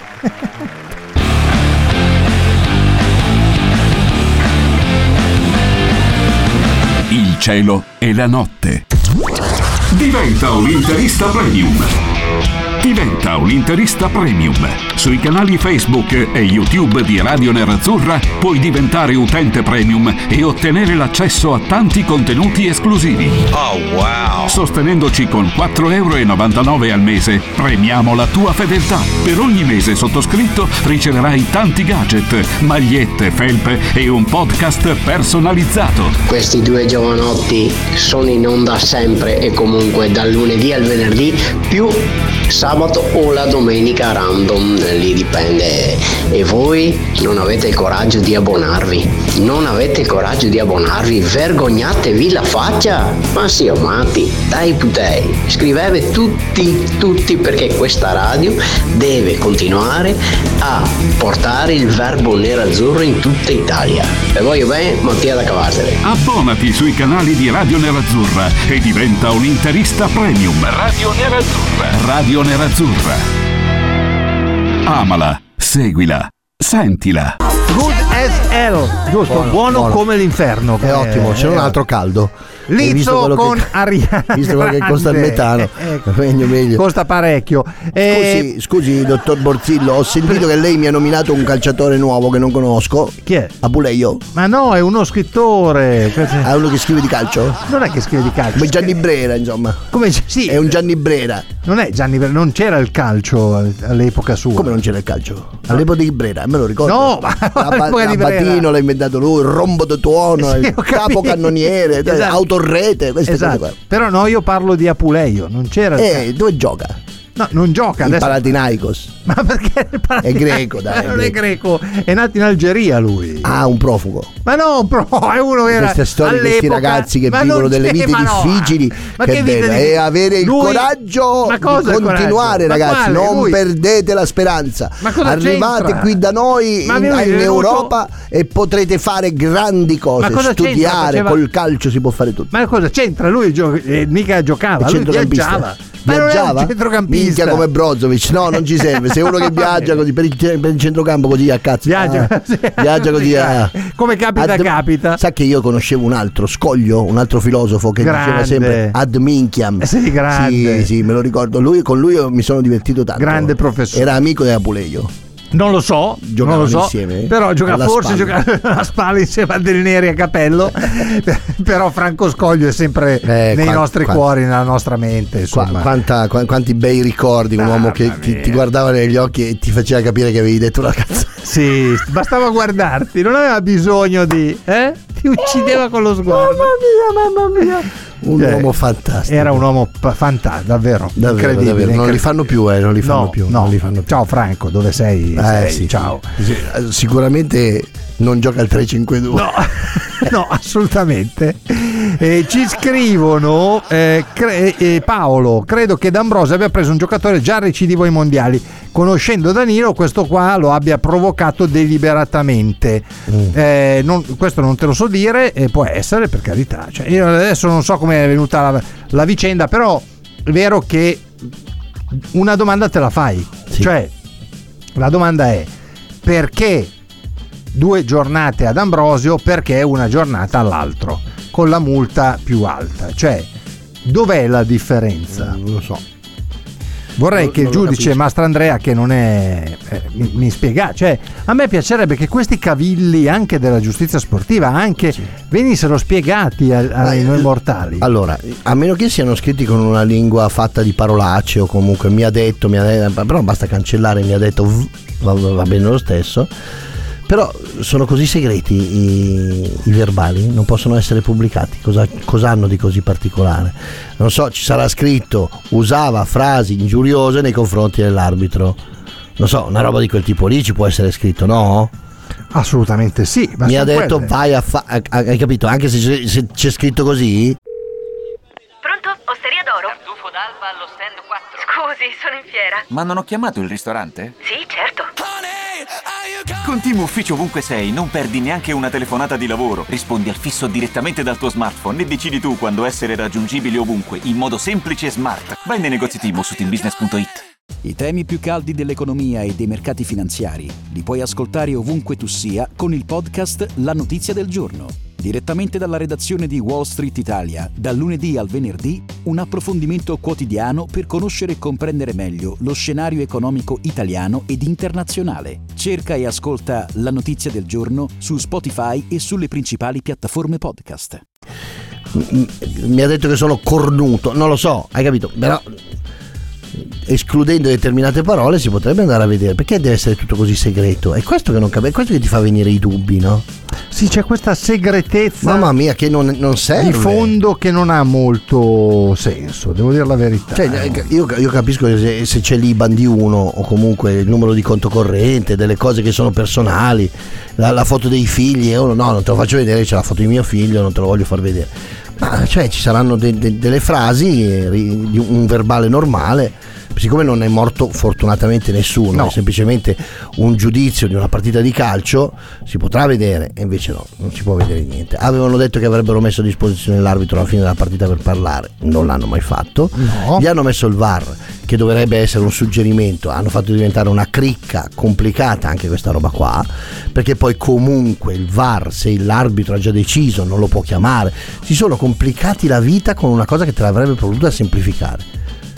Speaker 4: Il cielo e la notte.
Speaker 9: Diventa un interista premium.
Speaker 4: Diventa un interista premium. Sui canali Facebook e YouTube di Radio Nerazzurra puoi diventare utente premium e ottenere l'accesso a tanti contenuti esclusivi.
Speaker 9: Oh wow!
Speaker 4: Sostenendoci con quattro virgola novantanove euro al mese, premiamo la tua fedeltà. Per ogni mese sottoscritto riceverai tanti gadget, magliette, felpe e un podcast personalizzato.
Speaker 10: Questi due giovanotti sono in onda sempre e comunque dal lunedì al venerdì più sabato o la domenica random, lì dipende. E voi non avete il coraggio di abbonarvi? Non avete il coraggio di abbonarvi? Vergognatevi la faccia! Ma sì, o matti, dai putei, scrivete tutti, tutti perché questa radio deve continuare a portare il verbo nerazzurro in tutta Italia. E voglio bene, Mattia da Cavarsere.
Speaker 4: Abbonati sui canali di Radio Nerazzurra e diventa un interista premium. Radio Nerazzurra. Radio Nerazzurra. Amala, seguila, sentila.
Speaker 5: Good as hell, giusto? Buono,
Speaker 6: Buono, buono.
Speaker 5: come l'inferno.
Speaker 6: È ottimo, c'è un altro caldo. Hai visto
Speaker 5: Lizzo
Speaker 6: quello
Speaker 5: con
Speaker 6: che-
Speaker 5: Ariana
Speaker 6: visto quello che
Speaker 5: Grande.
Speaker 6: costa il metano.
Speaker 5: Ecco.
Speaker 6: Meglio, meglio.
Speaker 5: Costa parecchio. Eh,
Speaker 6: Scusi, scusi, dottor Borzillo, ho sentito che lei mi ha nominato un calciatore nuovo che non conosco.
Speaker 5: chi è?
Speaker 6: Apuleio.
Speaker 5: Ma no, è uno scrittore.
Speaker 6: È uno che scrive di calcio?
Speaker 5: Non è che scrive di calcio.
Speaker 6: Come Gianni Brera, insomma.
Speaker 5: Come sì,
Speaker 6: È un Gianni Brera.
Speaker 5: non è Gianni Brera, non c'era il calcio all'epoca sua.
Speaker 6: Come non c'era il calcio? All'epoca di Brera, me lo ricordo.
Speaker 5: No, ma all'epoca di Brera.
Speaker 6: Battino l'ha inventato lui, il rombo di tuono,
Speaker 5: Sì,
Speaker 6: il
Speaker 5: ho capito.
Speaker 6: capocannoniere,
Speaker 5: Esatto.
Speaker 6: autorrete, queste
Speaker 5: Esatto.
Speaker 6: cose
Speaker 5: Però no, io parlo di Apuleio, non c'era
Speaker 6: qua.
Speaker 5: il
Speaker 6: Eh, dove gioca?
Speaker 5: No, non gioca
Speaker 6: Il
Speaker 5: adesso.
Speaker 6: Panathinaikos.
Speaker 5: Ma perché il Panathinaikos?
Speaker 6: È greco, dai, è
Speaker 5: Non è greco, è nato in Algeria lui.
Speaker 6: Ah, un profugo.
Speaker 5: Ma no, pro, è uno che era
Speaker 6: Queste storie di questi
Speaker 5: all'epoca-
Speaker 6: ragazzi che
Speaker 5: ma
Speaker 6: vivono
Speaker 5: non
Speaker 6: delle
Speaker 5: c'è-
Speaker 6: vite
Speaker 5: ma no,
Speaker 6: difficili,
Speaker 5: ma
Speaker 6: che
Speaker 5: vita
Speaker 6: bello,
Speaker 5: di-
Speaker 6: e avere il
Speaker 5: Lui-
Speaker 6: coraggio
Speaker 5: ma
Speaker 6: di
Speaker 5: cosa il
Speaker 6: continuare,
Speaker 5: coraggio? Ma
Speaker 6: ragazzi,
Speaker 5: quale?
Speaker 6: non
Speaker 5: Lui-
Speaker 6: perdete la speranza.
Speaker 5: Ma cosa
Speaker 6: Arrivate
Speaker 5: c'entra?
Speaker 6: qui da noi
Speaker 5: Ma
Speaker 6: in,
Speaker 5: lui è
Speaker 6: in
Speaker 5: venuto-
Speaker 6: Europa e potrete fare grandi cose,
Speaker 5: Ma cosa c'entra?
Speaker 6: studiare,
Speaker 5: Faceva-
Speaker 6: col calcio si può fare tutto.
Speaker 5: Ma cosa c'entra? Lui gio- eh, mica giocava,
Speaker 6: È
Speaker 5: lui
Speaker 6: centrocampista.
Speaker 5: viaggiava. Ma non è un
Speaker 6: Viaggiava?
Speaker 5: centrocampista.
Speaker 6: Minchia come Brozovic. No, non ci serve. Se uno che viaggia così per il, per il centrocampo così a cazzo.
Speaker 5: Viaggia,
Speaker 6: ah,
Speaker 5: sì,
Speaker 6: viaggia così
Speaker 5: sì,
Speaker 6: a,
Speaker 5: come capita,
Speaker 6: ad-
Speaker 5: capita.
Speaker 6: Sa che io conoscevo un altro Scoglio, un altro filosofo che
Speaker 5: Grande.
Speaker 6: diceva sempre ad minchiam.
Speaker 5: Sì, grande.
Speaker 6: Sì, sì, me lo ricordo. Lui, con lui io mi sono divertito tanto.
Speaker 5: Grande professore.
Speaker 6: Era amico di Apuleio.
Speaker 5: Non lo so, non lo
Speaker 6: Giocavano
Speaker 5: so,
Speaker 6: insieme?
Speaker 5: però giocava
Speaker 6: Alla
Speaker 5: forse
Speaker 6: spalla.
Speaker 5: giocava alla spalla insieme a Del Neri a Capello. Però Franco Scoglio è sempre
Speaker 6: Eh,
Speaker 5: nei
Speaker 6: qua-
Speaker 5: nostri
Speaker 6: qua-
Speaker 5: cuori, nella nostra mente,
Speaker 6: Qua-
Speaker 5: insomma.
Speaker 6: quanta- qua- quanti bei ricordi, un
Speaker 5: Mamma
Speaker 6: uomo che ti,
Speaker 5: mia.
Speaker 6: ti guardava negli occhi e ti faceva capire che avevi detto una cazzo.
Speaker 5: Sì, bastava guardarti, non aveva bisogno di, eh? Ti uccideva con lo sguardo.
Speaker 6: Mamma mia, mamma mia. Un
Speaker 5: Eh,
Speaker 6: uomo fantastico.
Speaker 5: Era un uomo pa- fantastico, davvero,
Speaker 6: Davvero,
Speaker 5: incredibile.
Speaker 6: davvero. Non li
Speaker 5: incredibile.
Speaker 6: fanno più, eh, non li fanno
Speaker 5: No,
Speaker 6: più.
Speaker 5: no.
Speaker 6: Non li fanno più.
Speaker 5: Ciao Franco, dove sei?
Speaker 6: Eh,
Speaker 5: Sei?
Speaker 6: sì,
Speaker 5: Ciao.
Speaker 6: sì. Sì, sicuramente non gioca al tre cinque due.
Speaker 5: No, no, assolutamente. Eh, ci scrivono eh, cre- eh, Paolo, credo che D'Ambrosio abbia preso un giocatore già recidivo ai mondiali. Conoscendo Danilo, questo qua lo abbia provocato deliberatamente. Mm. Eh, non, questo non te lo so dire, e può essere, per carità. Cioè, io adesso non so come è venuta la, la vicenda, però è vero che una domanda te la fai. Sì. Cioè, la domanda è: perché due giornate ad Ambrosio, perché una giornata all'altro, con la multa più alta? Cioè, dov'è la differenza?
Speaker 6: Non lo so.
Speaker 5: Vorrei che il giudice Mastrandrea, che non è eh, mi, mi spiega, cioè a me piacerebbe che questi cavilli anche della giustizia sportiva anche sì. venissero spiegati a, a noi mortali.
Speaker 6: Allora, a meno che siano scritti con una lingua fatta di parolacce o comunque mi ha detto, mi ha detto, però basta cancellare mi ha detto, va, va bene lo stesso. Però sono così segreti i, i verbali, non possono essere pubblicati. Cosa, cosa hanno di così particolare? Non so, ci sarà scritto usava frasi ingiuriose nei confronti dell'arbitro. Non so, una roba di quel tipo lì ci può essere scritto, no?
Speaker 5: Assolutamente sì. Ma
Speaker 6: mi ha detto
Speaker 5: quelle.
Speaker 6: vai a fare, hai capito? Anche se c'è, se c'è scritto così.
Speaker 7: Pronto? Osteria d'Oro?
Speaker 11: Tartufo d'alba allo stand quattro.
Speaker 7: Scusi, sono in fiera.
Speaker 8: Ma non ho chiamato il ristorante?
Speaker 7: Sì, certo.
Speaker 8: Con Team Ufficio ovunque sei, non perdi neanche una telefonata di lavoro. Rispondi al fisso direttamente dal tuo smartphone e decidi tu quando essere raggiungibile ovunque, in modo semplice e smart. Vai nei negozi Team su team business punto it.
Speaker 12: I temi più caldi dell'economia e dei mercati finanziari li puoi ascoltare ovunque tu sia con il podcast La Notizia del Giorno. Direttamente dalla redazione di Wall Street Italia, dal lunedì al venerdì, un approfondimento quotidiano per conoscere e comprendere meglio lo scenario economico italiano ed internazionale. Cerca e ascolta La Notizia del Giorno su Spotify e sulle principali piattaforme podcast.
Speaker 6: Mi ha detto che sono cornuto, non lo so, hai capito? Però escludendo determinate parole si potrebbe andare a vedere. Perché deve essere tutto così segreto? È questo che non capisco, è questo che ti fa venire i dubbi, no?
Speaker 5: Sì, c'è questa segretezza,
Speaker 6: mamma mia, che non, non serve,
Speaker 5: di fondo, che non ha molto senso, devo dire la verità.
Speaker 6: Cioè, io, io capisco che se, se c'è l'I B A N di uno o comunque il numero di conto corrente, delle cose che sono personali, la, la foto dei figli, io, no, non te lo faccio vedere, c'è la foto di mio figlio, non te lo voglio far vedere. Ma cioè ci saranno de, de, delle frasi, di un verbale normale. Siccome non è morto fortunatamente nessuno, no. È semplicemente un giudizio di una partita di calcio, si potrà vedere, e invece no, non si può vedere niente. Avevano detto che avrebbero messo a disposizione l'arbitro alla fine della partita per parlare, non l'hanno mai fatto.
Speaker 5: No.
Speaker 6: Gli hanno messo il V A R, che dovrebbe essere un suggerimento, hanno fatto diventare una cricca complicata anche questa roba qua, perché poi comunque il V A R, se l'arbitro ha già deciso, non lo può chiamare. Si sono complicati la vita con una cosa che te l'avrebbe potuta semplificare.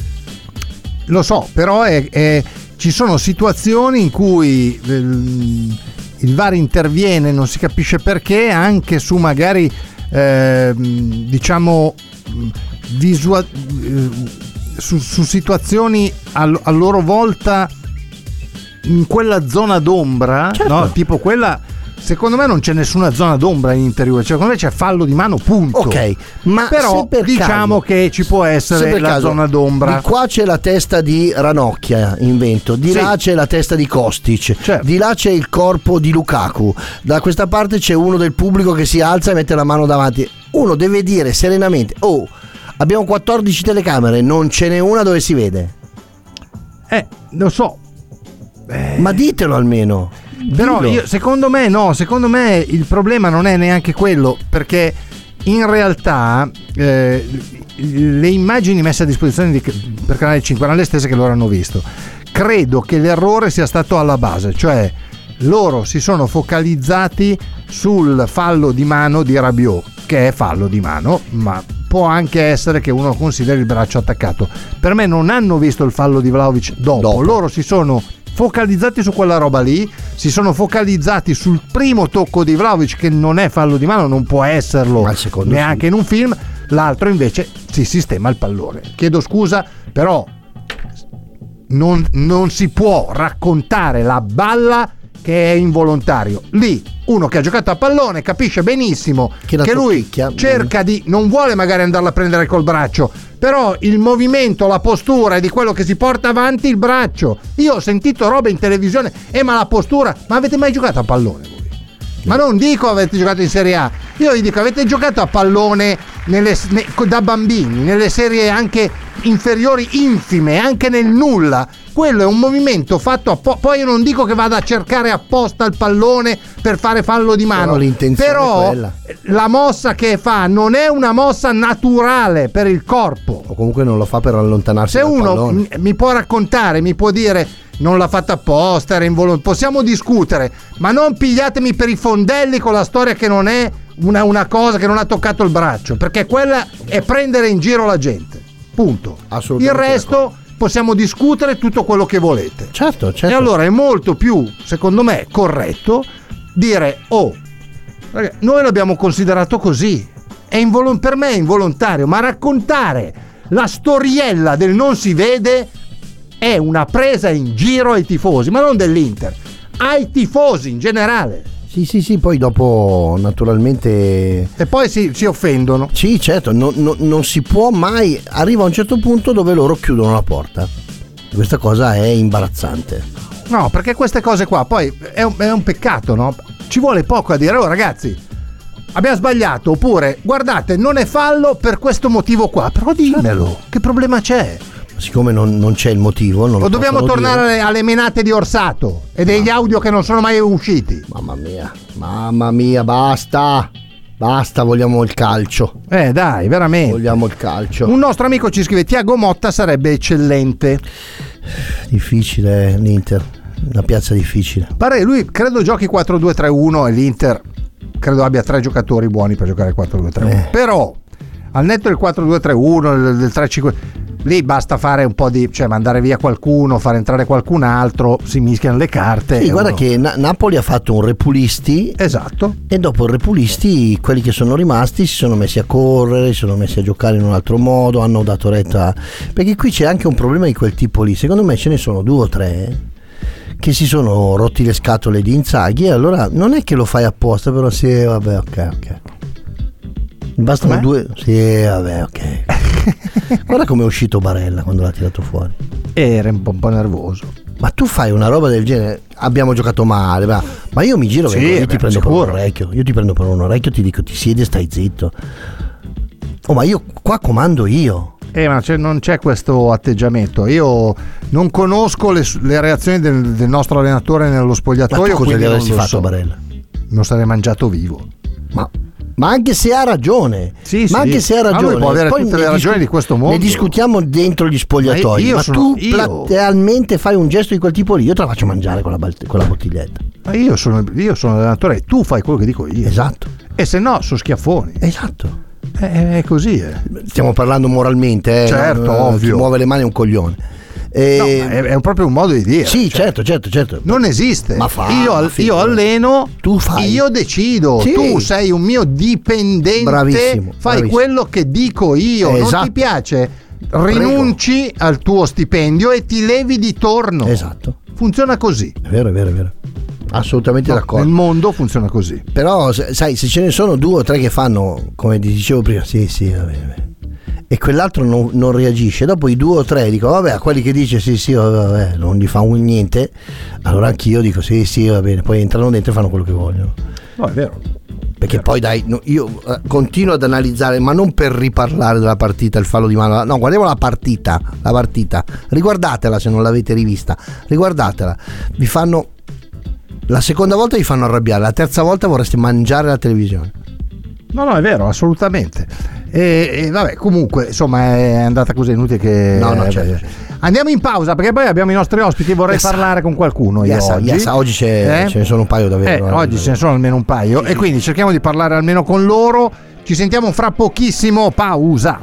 Speaker 5: Lo so, però è, è, ci sono situazioni in cui il, il V A R interviene, non si capisce perché, anche su magari eh, diciamo visual, eh, su, su situazioni a, a loro volta in quella zona d'ombra, certo. No? Tipo quella. Secondo me non c'è nessuna zona d'ombra in interiore, cioè secondo me c'è fallo di mano, punto.
Speaker 6: Ok, ma
Speaker 5: però
Speaker 6: per
Speaker 5: diciamo
Speaker 6: caso,
Speaker 5: che ci può essere la
Speaker 6: caso,
Speaker 5: zona d'ombra.
Speaker 6: Di qua c'è la testa di Ranocchia in vento, di sì. là c'è la testa di Kostic, certo. Di là c'è il corpo di Lukaku, da questa parte c'è uno del pubblico che si alza e mette la mano davanti. Uno deve dire serenamente: oh, abbiamo quattordici telecamere, non ce n'è una dove si vede.
Speaker 5: Eh, lo so. Eh...
Speaker 6: Ma ditelo almeno.
Speaker 5: Però io, secondo me no, secondo me il problema non è neanche quello, perché in realtà eh, le immagini messe a disposizione di, per Canale cinque erano le stesse che loro hanno visto. Credo che l'errore sia stato alla base, cioè loro si sono focalizzati sul fallo di mano di Rabiot, che è fallo di mano, ma può anche essere che uno consideri il braccio attaccato. Per me non hanno visto il fallo di Vlahovic dopo, dopo. Loro si sono focalizzati su quella roba lì, si sono focalizzati sul primo tocco di Vlahovic, che non è fallo di mano, non può esserlo neanche sì. in un film. L'altro invece si sistema il pallone. Chiedo scusa, però non, non si può raccontare la balla che è involontario. Lì uno che ha giocato a pallone capisce benissimo che, che lui cerca di, non vuole magari andarla a prendere col braccio, però il movimento, la postura è di quello che si porta avanti il braccio. Io ho sentito robe in televisione, eh ma la postura, ma avete mai giocato a pallone voi? Ma non dico avete giocato in Serie A, Io gli dico, avete giocato a pallone nelle, ne, da bambini, nelle serie anche inferiori infime, anche nel nulla? Quello è un movimento fatto apposta. Poi io non dico che vada a cercare apposta il pallone per fare fallo di mano,
Speaker 6: però,
Speaker 5: però la mossa che fa non è una mossa naturale per il corpo.
Speaker 6: O comunque non lo fa per allontanarsi
Speaker 5: Se
Speaker 6: dal
Speaker 5: uno
Speaker 6: pallone.
Speaker 5: mi può raccontare, mi può dire non l'ha fatta apposta, era involontario, possiamo discutere, ma non pigliatemi per i fondelli con la storia che non è una, una cosa che non ha toccato il braccio, perché quella è prendere in giro la gente, punto. Il resto possiamo discutere tutto quello che volete.
Speaker 6: Certo, certo.
Speaker 5: E allora è molto più, secondo me, corretto dire, oh, ragazzi, noi l'abbiamo considerato così, è invol- per me è involontario, ma raccontare la storiella del non si vede è una presa in giro ai tifosi, ma non dell'Inter, ai tifosi in generale.
Speaker 6: Sì, sì, sì, poi dopo naturalmente...
Speaker 5: E poi si, si offendono.
Speaker 6: Sì, certo, non, non, non si può mai... Arriva a un certo punto dove loro chiudono la porta. Questa cosa è imbarazzante.
Speaker 5: No, perché queste cose qua poi è un, è un peccato, no? Ci vuole poco a dire, oh ragazzi, abbiamo sbagliato, oppure guardate, non è fallo per questo motivo qua, però dimmelo, certo. Che problema c'è?
Speaker 6: Siccome non, non c'è il motivo, non
Speaker 5: o
Speaker 6: lo
Speaker 5: dobbiamo tornare alle, alle menate di Orsato e degli
Speaker 6: ah.
Speaker 5: audio che non sono mai usciti.
Speaker 6: Mamma mia, mamma mia, basta, basta, vogliamo il calcio.
Speaker 5: Eh dai, veramente.
Speaker 6: Vogliamo il calcio.
Speaker 5: Un nostro amico ci scrive, Thiago Motta sarebbe eccellente.
Speaker 6: Difficile l'Inter, una piazza difficile.
Speaker 5: Pare lui credo giochi quattro due tre uno e l'Inter credo abbia tre giocatori buoni per giocare quattro due tre uno. Eh. Però al netto del quattro due tre uno, del, del tre cinque, lì basta fare un po' di, cioè mandare via qualcuno, fare entrare qualcun altro, si mischiano le carte.
Speaker 6: Sì, guarda
Speaker 5: uno...
Speaker 6: che Na- Napoli ha fatto un repulisti.
Speaker 5: Esatto.
Speaker 6: E dopo il repulisti, quelli che sono rimasti si sono messi a correre, si sono messi a giocare in un altro modo, hanno dato retta. Perché qui c'è anche un problema di quel tipo lì. Secondo me ce ne sono due o tre che si sono rotti le scatole di Inzaghi, e allora non è che lo fai apposta, però sì, vabbè, ok, ok. Bastano Com'è? due. Sì, vabbè, ok. Guarda come è uscito Barella quando l'ha tirato fuori.
Speaker 5: Era un po', un po' nervoso.
Speaker 6: Ma tu fai una roba del genere, abbiamo giocato male, ma, ma io mi giro,
Speaker 5: sì,
Speaker 6: io
Speaker 5: beh,
Speaker 6: ti prendo
Speaker 5: sicuro.
Speaker 6: per un orecchio, io ti prendo per un orecchio, ti dico ti siedi e stai zitto. Oh, ma io qua comando io.
Speaker 5: Eh, ma c'è, non c'è questo atteggiamento. Io non conosco le, le reazioni del, del nostro allenatore nello spogliatoio.
Speaker 6: Ma tu cosa gli avresti fatto
Speaker 5: so.
Speaker 6: a Barella?
Speaker 5: Non sarei mangiato vivo.
Speaker 6: Ma Ma anche se ha ragione,
Speaker 5: sì,
Speaker 6: ma
Speaker 5: sì.
Speaker 6: anche se ha ragione,
Speaker 5: ah, può avere
Speaker 6: poi
Speaker 5: tutte le ragioni
Speaker 6: discu-
Speaker 5: di questo mondo.
Speaker 6: Ne discutiamo dentro gli spogliatoi.
Speaker 5: Ma, io
Speaker 6: ma
Speaker 5: sono,
Speaker 6: tu
Speaker 5: io...
Speaker 6: platealmente fai un gesto di quel tipo lì, io te la faccio mangiare con la, balt- con la bottiglietta.
Speaker 5: Ma io sono, io sono l'allenatore, tu fai quello che dico io.
Speaker 6: Esatto.
Speaker 5: E se no, sono schiaffoni.
Speaker 6: Esatto.
Speaker 5: È, è così. Eh.
Speaker 6: Stiamo parlando moralmente, eh,
Speaker 5: certo,
Speaker 6: no?
Speaker 5: ovvio.
Speaker 6: Chi muove le mani è un coglione. E...
Speaker 5: No, è, è proprio un modo di dire.
Speaker 6: Sì,
Speaker 5: cioè,
Speaker 6: certo, certo, certo.
Speaker 5: Non esiste.
Speaker 6: Ma fa,
Speaker 5: io,
Speaker 6: ma
Speaker 5: io alleno,
Speaker 6: tu fai.
Speaker 5: Io decido.
Speaker 6: Sì.
Speaker 5: Tu sei un mio dipendente.
Speaker 6: Bravissimo.
Speaker 5: Fai
Speaker 6: bravissimo.
Speaker 5: quello che dico io.
Speaker 6: Esatto.
Speaker 5: Non ti piace? Rinunci Prego. al tuo stipendio e ti levi di torno.
Speaker 6: Esatto.
Speaker 5: Funziona così.
Speaker 6: È vero, è vero, è vero. Assolutamente
Speaker 5: no,
Speaker 6: d'accordo.
Speaker 5: Nel mondo funziona così.
Speaker 6: Però, sai, se ce ne sono due o tre che fanno, come ti dicevo prima, sì, sì, va bene, va bene. E quell'altro non, non reagisce, dopo i due o tre dico vabbè, a quelli che dice sì sì vabbè, non gli fa un niente, allora anch'io dico sì sì va bene, poi entrano dentro e fanno quello che vogliono.
Speaker 5: No, è vero.
Speaker 6: Perché poi dai, no, io uh, continuo ad analizzare, ma non per riparlare della partita, il fallo di mano, no, guardiamo la partita, la partita, riguardatela se non l'avete rivista, riguardatela, vi fanno, la seconda volta vi fanno arrabbiare, la terza volta vorreste mangiare la televisione.
Speaker 5: No, no, è vero, assolutamente. E, e vabbè, comunque, insomma, è andata così, inutile che...
Speaker 6: No, no,
Speaker 5: eh,
Speaker 6: certo.
Speaker 5: Andiamo in pausa, perché poi abbiamo i nostri ospiti, vorrei
Speaker 6: yes,
Speaker 5: parlare con qualcuno io
Speaker 6: yes,
Speaker 5: oggi.
Speaker 6: Yes, oggi c'è,
Speaker 5: eh?
Speaker 6: ce ne sono un paio davvero.
Speaker 5: Eh, oggi ce ne sono almeno un paio, e quindi cerchiamo di parlare almeno con loro. Ci sentiamo fra pochissimo, pausa.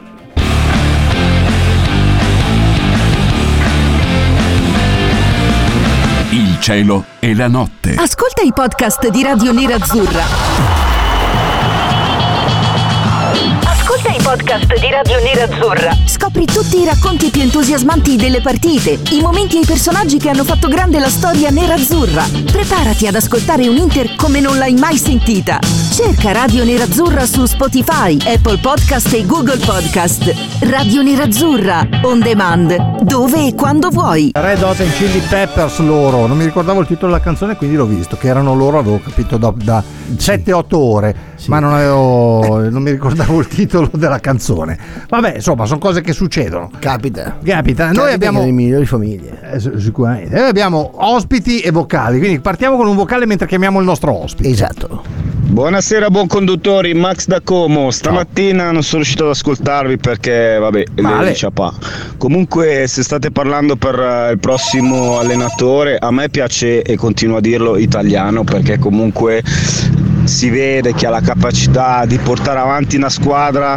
Speaker 4: Il cielo e la notte.
Speaker 13: Ascolta i podcast di Radio Nerazzurra.
Speaker 7: Ascolta i podcast podcast di Radio Nerazzurra.
Speaker 13: Scopri tutti i racconti più entusiasmanti delle partite, i momenti e i personaggi che hanno fatto grande la storia nerazzurra. Preparati ad ascoltare un Inter come non l'hai mai sentita. Cerca Radio Nerazzurra su Spotify, Apple Podcast e Google Podcast. Radio Nerazzurra, on demand, dove e quando vuoi.
Speaker 5: Red Hot and Chili Peppers loro, non mi ricordavo il titolo della canzone, quindi l'ho visto, che erano loro, avevo capito da, da sette otto ore, sì. Ma non avevo, non mi ricordavo il titolo della canzone. Vabbè, insomma, sono cose che succedono.
Speaker 6: Capita.
Speaker 5: Capita. Noi
Speaker 6: Capita
Speaker 5: abbiamo
Speaker 6: le migliori famiglie.
Speaker 5: Eh, sicuramente. Noi abbiamo ospiti e vocali, quindi partiamo con un vocale mentre chiamiamo il nostro ospite.
Speaker 6: Esatto.
Speaker 14: Buonasera buon conduttori, Max da Como. Stamattina non sono riuscito ad ascoltarvi perché vabbè, le ciapà. Comunque se state parlando per il prossimo allenatore, a me piace, e continuo a dirlo, italiano, perché comunque si vede che ha la capacità di portare avanti una squadra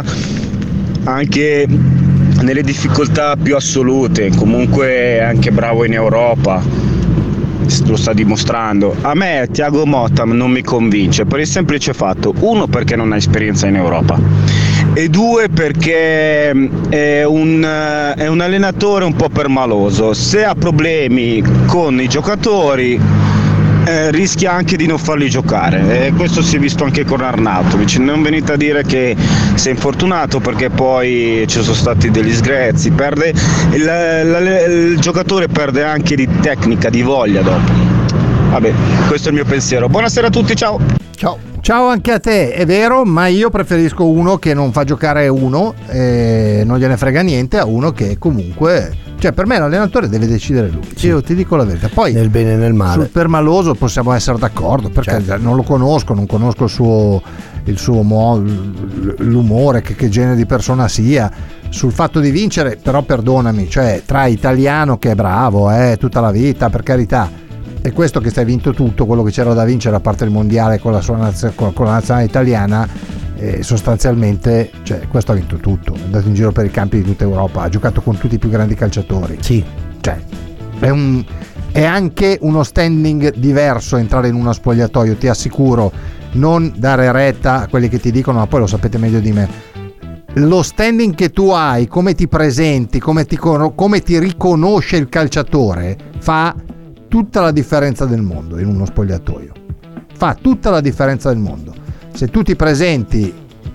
Speaker 14: anche nelle difficoltà più assolute. Comunque è anche bravo in Europa, lo sta dimostrando. A me Thiago Motta non mi convince per il semplice fatto: uno, perché non ha esperienza in Europa, e due, perché è un, è un allenatore un po' permaloso. Se ha problemi con i giocatori eh, rischia anche di non farli giocare, e questo si è visto anche con Arnautovic. Non venite a dire che sei infortunato, perché poi ci sono stati degli sgrezzi, perde il, il, il giocatore perde anche di tecnica, di voglia dopo. Vabbè, questo è il mio pensiero. Buonasera a tutti, ciao.
Speaker 5: Ciao. Ciao anche a te, è vero, ma io preferisco uno che non fa giocare uno e non gliene frega niente, a uno che comunque, cioè per me l'allenatore deve decidere lui. Sì. Io ti dico la verità. Poi
Speaker 6: nel bene e nel male.
Speaker 5: Sul permaloso possiamo essere d'accordo, perché certo. non lo conosco, non conosco il suo il suo modo, l'umore, che, che genere di persona sia. Sul fatto di vincere, però perdonami, cioè tra italiano che è bravo, eh, tutta la vita, per carità. E questo che stai vinto tutto, quello che c'era da vincere a parte il mondiale con la sua naz- con la nazionale italiana, eh, sostanzialmente, cioè questo ha vinto tutto, è andato in giro per i campi di tutta Europa, ha giocato con tutti i più grandi calciatori.
Speaker 6: Sì.
Speaker 5: Cioè è, un, è anche uno standing diverso entrare in uno spogliatoio, ti assicuro, non dare retta a quelli che ti dicono, ma poi lo sapete meglio di me. Lo standing che tu hai, come ti presenti, come ti, come ti riconosce il calciatore, fa tutta la differenza del mondo in uno spogliatoio. Fa tutta la differenza del mondo. Se tu ti presenti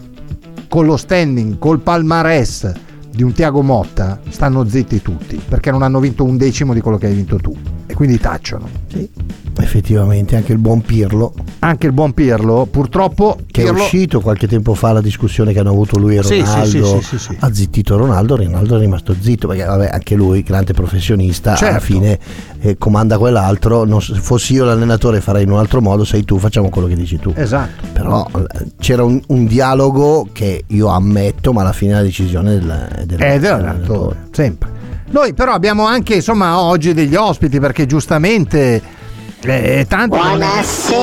Speaker 5: con lo standing, col palmarès di un Thiago Motta, stanno zitti tutti, perché non hanno vinto un decimo di quello che hai vinto tu, e quindi tacciono.
Speaker 6: Sì, effettivamente anche il buon Pirlo.
Speaker 5: Anche il buon Pirlo, purtroppo
Speaker 6: che
Speaker 5: Pirlo...
Speaker 6: è uscito qualche tempo fa la discussione che hanno avuto lui e Ronaldo,
Speaker 5: sì, sì, sì, sì, sì.
Speaker 6: ha zittito Ronaldo, Ronaldo è rimasto zitto, perché vabbè, anche lui grande professionista,
Speaker 5: certo.
Speaker 6: Alla fine eh, comanda quell'altro. Non, se fossi io l'allenatore farei in un altro modo, sei tu, facciamo quello che dici tu.
Speaker 5: Esatto.
Speaker 6: Però eh, c'era un, un dialogo che io ammetto, ma alla fine la decisione del, del
Speaker 5: è dell'allenatore, sempre. Noi però abbiamo anche, insomma, oggi degli ospiti, perché giustamente eh, tanto
Speaker 15: buonasera,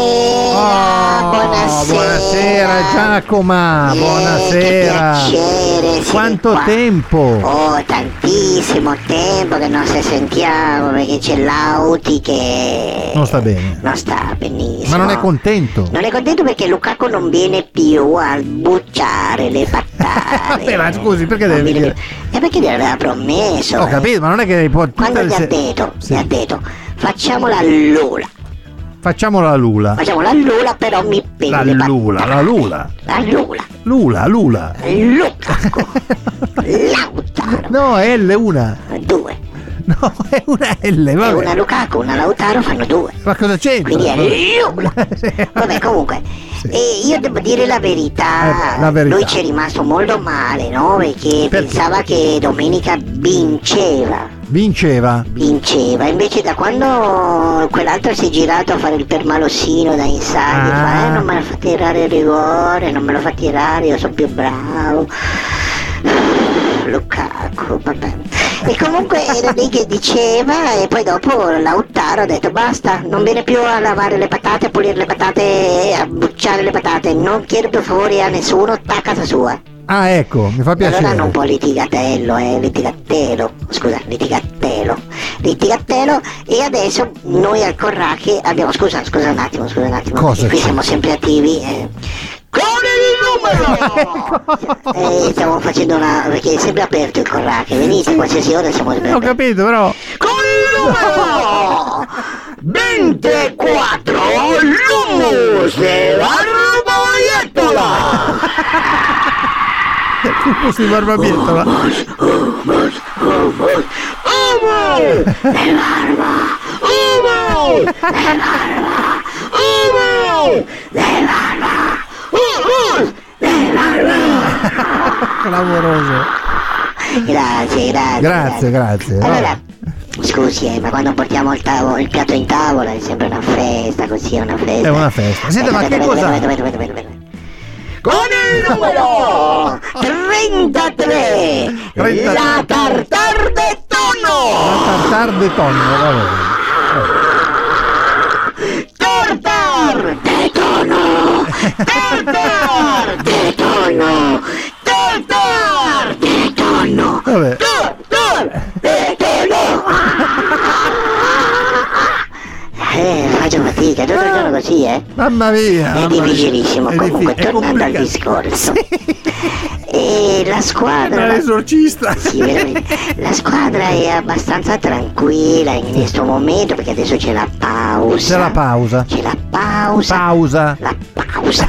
Speaker 5: oh,
Speaker 15: buonasera
Speaker 5: buonasera Giacomo,
Speaker 15: eh,
Speaker 5: buonasera,
Speaker 15: che piacere,
Speaker 5: quanto
Speaker 15: qua.
Speaker 5: tempo?
Speaker 15: Oh, tantissimo tempo che non ci sentiamo, perché c'è l'Auti che
Speaker 5: non sta bene,
Speaker 15: non sta benissimo,
Speaker 5: ma non è contento
Speaker 15: non è contento perché Lukaku non viene più a bucciare le patate.
Speaker 5: Vabbè, ma scusi, perché
Speaker 15: non
Speaker 5: deve dire?
Speaker 15: E perché gli aveva promesso,
Speaker 5: ho capito, ma non è che può
Speaker 15: quando gli ha
Speaker 5: se...
Speaker 15: detto
Speaker 5: sì.
Speaker 15: gli ha detto facciamo la lula
Speaker 5: facciamo la lula
Speaker 15: facciamo la lula però mi pende
Speaker 5: la
Speaker 15: le
Speaker 5: lula
Speaker 15: patate.
Speaker 5: la lula
Speaker 15: la lula
Speaker 5: lula lula
Speaker 15: Lukaku Lautaro
Speaker 5: no è L una
Speaker 15: due
Speaker 5: no è una L vabbè.
Speaker 15: E una Lukaku una Lautaro fanno due,
Speaker 5: ma cosa c'entra?
Speaker 15: Quindi è lula. Vabbè, comunque sì. E io devo dire la verità,
Speaker 5: eh, la verità,
Speaker 15: lui ci è rimasto molto male, no? Perché, perché pensava che domenica vinceva
Speaker 5: vinceva
Speaker 15: vinceva invece da quando quell'altro si è girato a fare il permalosino da inside, ah. fa, eh, non me lo fa tirare il rigore, non me lo fa tirare, io sono più bravo. Lukaku, vabbè. E comunque era lì che diceva, e poi dopo Lautaro ha detto basta, non viene più a lavare le patate, a pulire le patate, a bucciare le patate, non chiedo più favori a nessuno, sta a casa sua.
Speaker 5: Ah, ecco, mi fa piacere.
Speaker 15: Allora hanno un po' litigatello, eh, litigatelo, scusa, litigatelo, litigatelo, e adesso noi al Corracchi abbiamo, scusa, scusa un attimo, scusa un attimo,
Speaker 5: cosa
Speaker 15: qui
Speaker 5: c'è?
Speaker 15: siamo sempre attivi, eh. Con il Eh, stiamo facendo una. Perché è sempre aperto il corracchio, venite, qualsiasi ora siamo sempre
Speaker 5: Ho
Speaker 15: aperti.
Speaker 5: capito, però.
Speaker 15: Con il numero ventiquattro, l'hummus della barbabietola.
Speaker 5: L'hummus di barbabietola.
Speaker 15: Hummus, hummus, hummus, hummus de barba, hummus de barba, hummus de barba, hummus de barba.
Speaker 5: Clamoroso.
Speaker 15: Grazie, grazie.
Speaker 5: Grazie, grazie.
Speaker 15: Allora, scusi, eh, ma quando portiamo il, tavolo, il piatto in tavola è sempre una festa, così è una festa.
Speaker 5: È una festa. Senta, ma che cosa?
Speaker 15: Con il numero trentatré,
Speaker 5: trentatré.
Speaker 15: la tartar de tonno.
Speaker 5: La tartar de tonno, vabbè.
Speaker 15: Tartar de tonno. Tartar de tonno. Tartar de tonno.
Speaker 5: Vabbè.
Speaker 15: Tartar de tonno. Eh, faccio fatica, tutto il giorno così, eh.
Speaker 5: Mamma mia.
Speaker 15: È difficilissimo,
Speaker 5: è
Speaker 15: comunque,
Speaker 5: diffi- è
Speaker 15: tornando al
Speaker 5: complicato.
Speaker 15: discorso. E la squadra.
Speaker 5: L'esorcista.
Speaker 15: Sì, veramente. La squadra è abbastanza tranquilla in questo momento perché adesso c'è la pausa.
Speaker 5: C'è la pausa.
Speaker 15: C'è la pausa.
Speaker 5: Pausa.
Speaker 15: La pausa.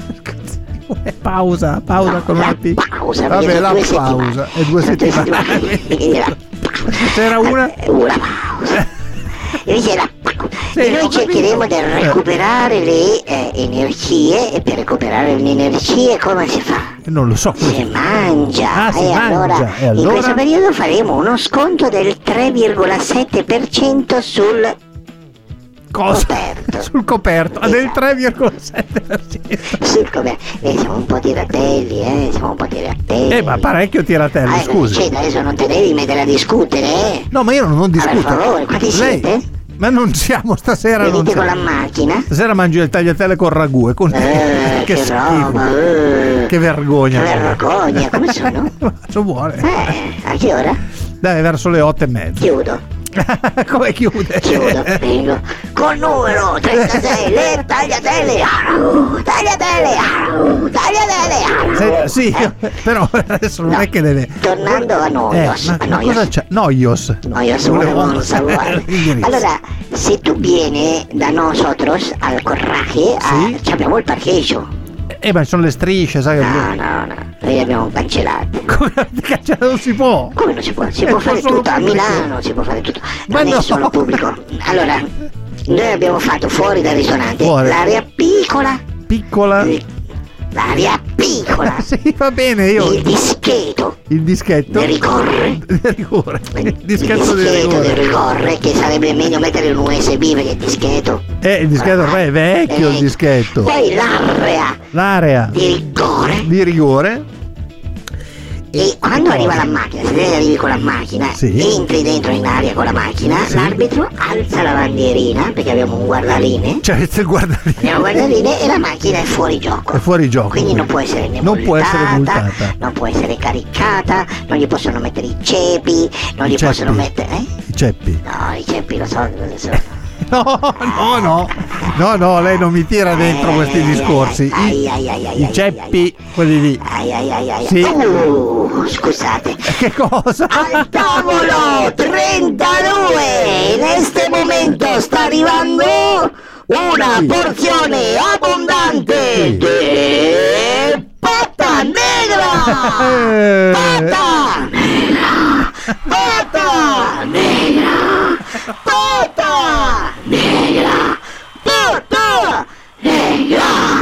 Speaker 5: Pausa, pausa
Speaker 15: No,
Speaker 5: con
Speaker 15: la
Speaker 5: una P.
Speaker 15: pausa.
Speaker 5: Vabbè,
Speaker 15: perché
Speaker 5: la
Speaker 15: due
Speaker 5: pausa.
Speaker 15: settimane.
Speaker 5: È due
Speaker 15: Sono due
Speaker 5: settimane.
Speaker 15: settimane. La
Speaker 5: C'era una?
Speaker 15: Una pausa. Invece la pausa.
Speaker 5: Sì,
Speaker 15: E noi
Speaker 5: ho
Speaker 15: cercheremo
Speaker 5: capito.
Speaker 15: di recuperare le eh, energie e per recuperare le energie come si fa?
Speaker 5: Non lo so.
Speaker 15: Si mangia.
Speaker 5: Ah, si
Speaker 15: e,
Speaker 5: mangia.
Speaker 15: Allora,
Speaker 5: E allora?
Speaker 15: in questo periodo faremo uno sconto del tre virgola sette per cento sul
Speaker 5: Cosa?
Speaker 15: coperto.
Speaker 5: Sul coperto. Ah, del tre virgola sette per cento.
Speaker 15: Sul coperto. Eh, siamo un po' tiratelli, eh, siamo un po' tiratelli.
Speaker 5: Eh, ma parecchio tiratelli,
Speaker 15: Ah,
Speaker 5: scusi.
Speaker 15: cioè, adesso non te devi mettere a discutere, eh.
Speaker 5: No, ma io non, non discuto.
Speaker 15: Per favore, quanti
Speaker 5: Lei-
Speaker 15: siete?
Speaker 5: Ma non siamo stasera. non
Speaker 15: Venite con la
Speaker 5: siamo.
Speaker 15: macchina?
Speaker 5: Stasera mangio il tagliatelle con ragù e con
Speaker 15: Eh, che
Speaker 5: schifo.
Speaker 15: roba, eh.
Speaker 5: Che vergogna.
Speaker 15: Che vergogna, come sono?
Speaker 5: Sono buone.
Speaker 15: Eh, a che ora?
Speaker 5: Dai, verso le otto e mezza.
Speaker 15: Chiudo.
Speaker 5: Come chiude?
Speaker 15: Chiudo, vengo. Col numero trentasei, le tagliatelle. Au, tagliatelle, au, tagliatelle.
Speaker 5: Se-
Speaker 15: au.
Speaker 5: sì, però adesso non
Speaker 15: No,
Speaker 5: è che deve.
Speaker 15: Tornando a Noios.
Speaker 5: Eh, ma,
Speaker 15: a
Speaker 5: ma
Speaker 15: Noios.
Speaker 5: cosa c'è? Noios.
Speaker 15: Noios,
Speaker 5: Volevo-
Speaker 15: volevamo salvare.
Speaker 5: L'indirizzo.
Speaker 15: Allora, se tu vieni da nosotros al Corraje,
Speaker 5: Sì.
Speaker 15: ah, abbiamo il parcheggio.
Speaker 5: Eh, ma sono le strisce, sai?
Speaker 15: No, no, no, noi li abbiamo cancellati.
Speaker 5: Come non si può?
Speaker 15: Come non si può? Si
Speaker 5: Eh,
Speaker 15: può
Speaker 5: fa
Speaker 15: fare
Speaker 5: solo
Speaker 15: tutto, a
Speaker 5: pubblico.
Speaker 15: Milano si può fare tutto.
Speaker 5: Ma
Speaker 15: Non
Speaker 5: no.
Speaker 15: è solo pubblico. Allora, noi abbiamo fatto fuori dal ristorante
Speaker 5: Fuori.
Speaker 15: l'area piccola,
Speaker 5: Piccola.
Speaker 15: l'area piccola,
Speaker 5: Sì, va bene, io.
Speaker 15: il dischetto
Speaker 5: Il dischetto.
Speaker 15: di rigore.
Speaker 5: Di rigore. Il
Speaker 15: Il
Speaker 5: dischetto di
Speaker 15: dischetto di
Speaker 5: rigore.
Speaker 15: rigore, che sarebbe meglio mettere un U S B perché il dischetto.
Speaker 5: Eh, il dischetto ormai è vecchio, il
Speaker 15: Eh,
Speaker 5: dischetto.
Speaker 15: Poi l'area
Speaker 5: L'area
Speaker 15: di rigore.
Speaker 5: di rigore.
Speaker 15: E quando arriva la macchina, se te arrivi con la macchina,
Speaker 5: Sì.
Speaker 15: entri dentro in aria con la macchina, l'arbitro alza la bandierina, perché abbiamo un guardaline,
Speaker 5: Cioè, il guardaline.
Speaker 15: abbiamo un guardaline e la macchina è fuori gioco.
Speaker 5: È fuori gioco.
Speaker 15: Quindi non può essere né
Speaker 5: Non può essere
Speaker 15: multata,
Speaker 5: multata.
Speaker 15: non può essere caricata, non gli possono mettere i cepi, non gli
Speaker 5: I ceppi.
Speaker 15: possono mettere. Eh?
Speaker 5: I ceppi.
Speaker 15: No, i cepi lo so cosa sono.
Speaker 5: No, no, no. No, no, lei non mi tira dentro questi discorsi.
Speaker 15: Ai,
Speaker 5: I,
Speaker 15: ai, ai, ai,
Speaker 5: i
Speaker 15: ai,
Speaker 5: ceppi, quelli lì.
Speaker 15: Ai ai ai ai.
Speaker 5: Sì.
Speaker 15: Uh, scusate.
Speaker 5: Che cosa?
Speaker 15: Al tavolo trentadue, in este momento sta arrivando una
Speaker 5: Sì.
Speaker 15: porzione abbondante
Speaker 5: Sì.
Speaker 15: di pata negra.
Speaker 5: Eh,
Speaker 15: Pata negra. Pata negra. Pata negra. Pata negra.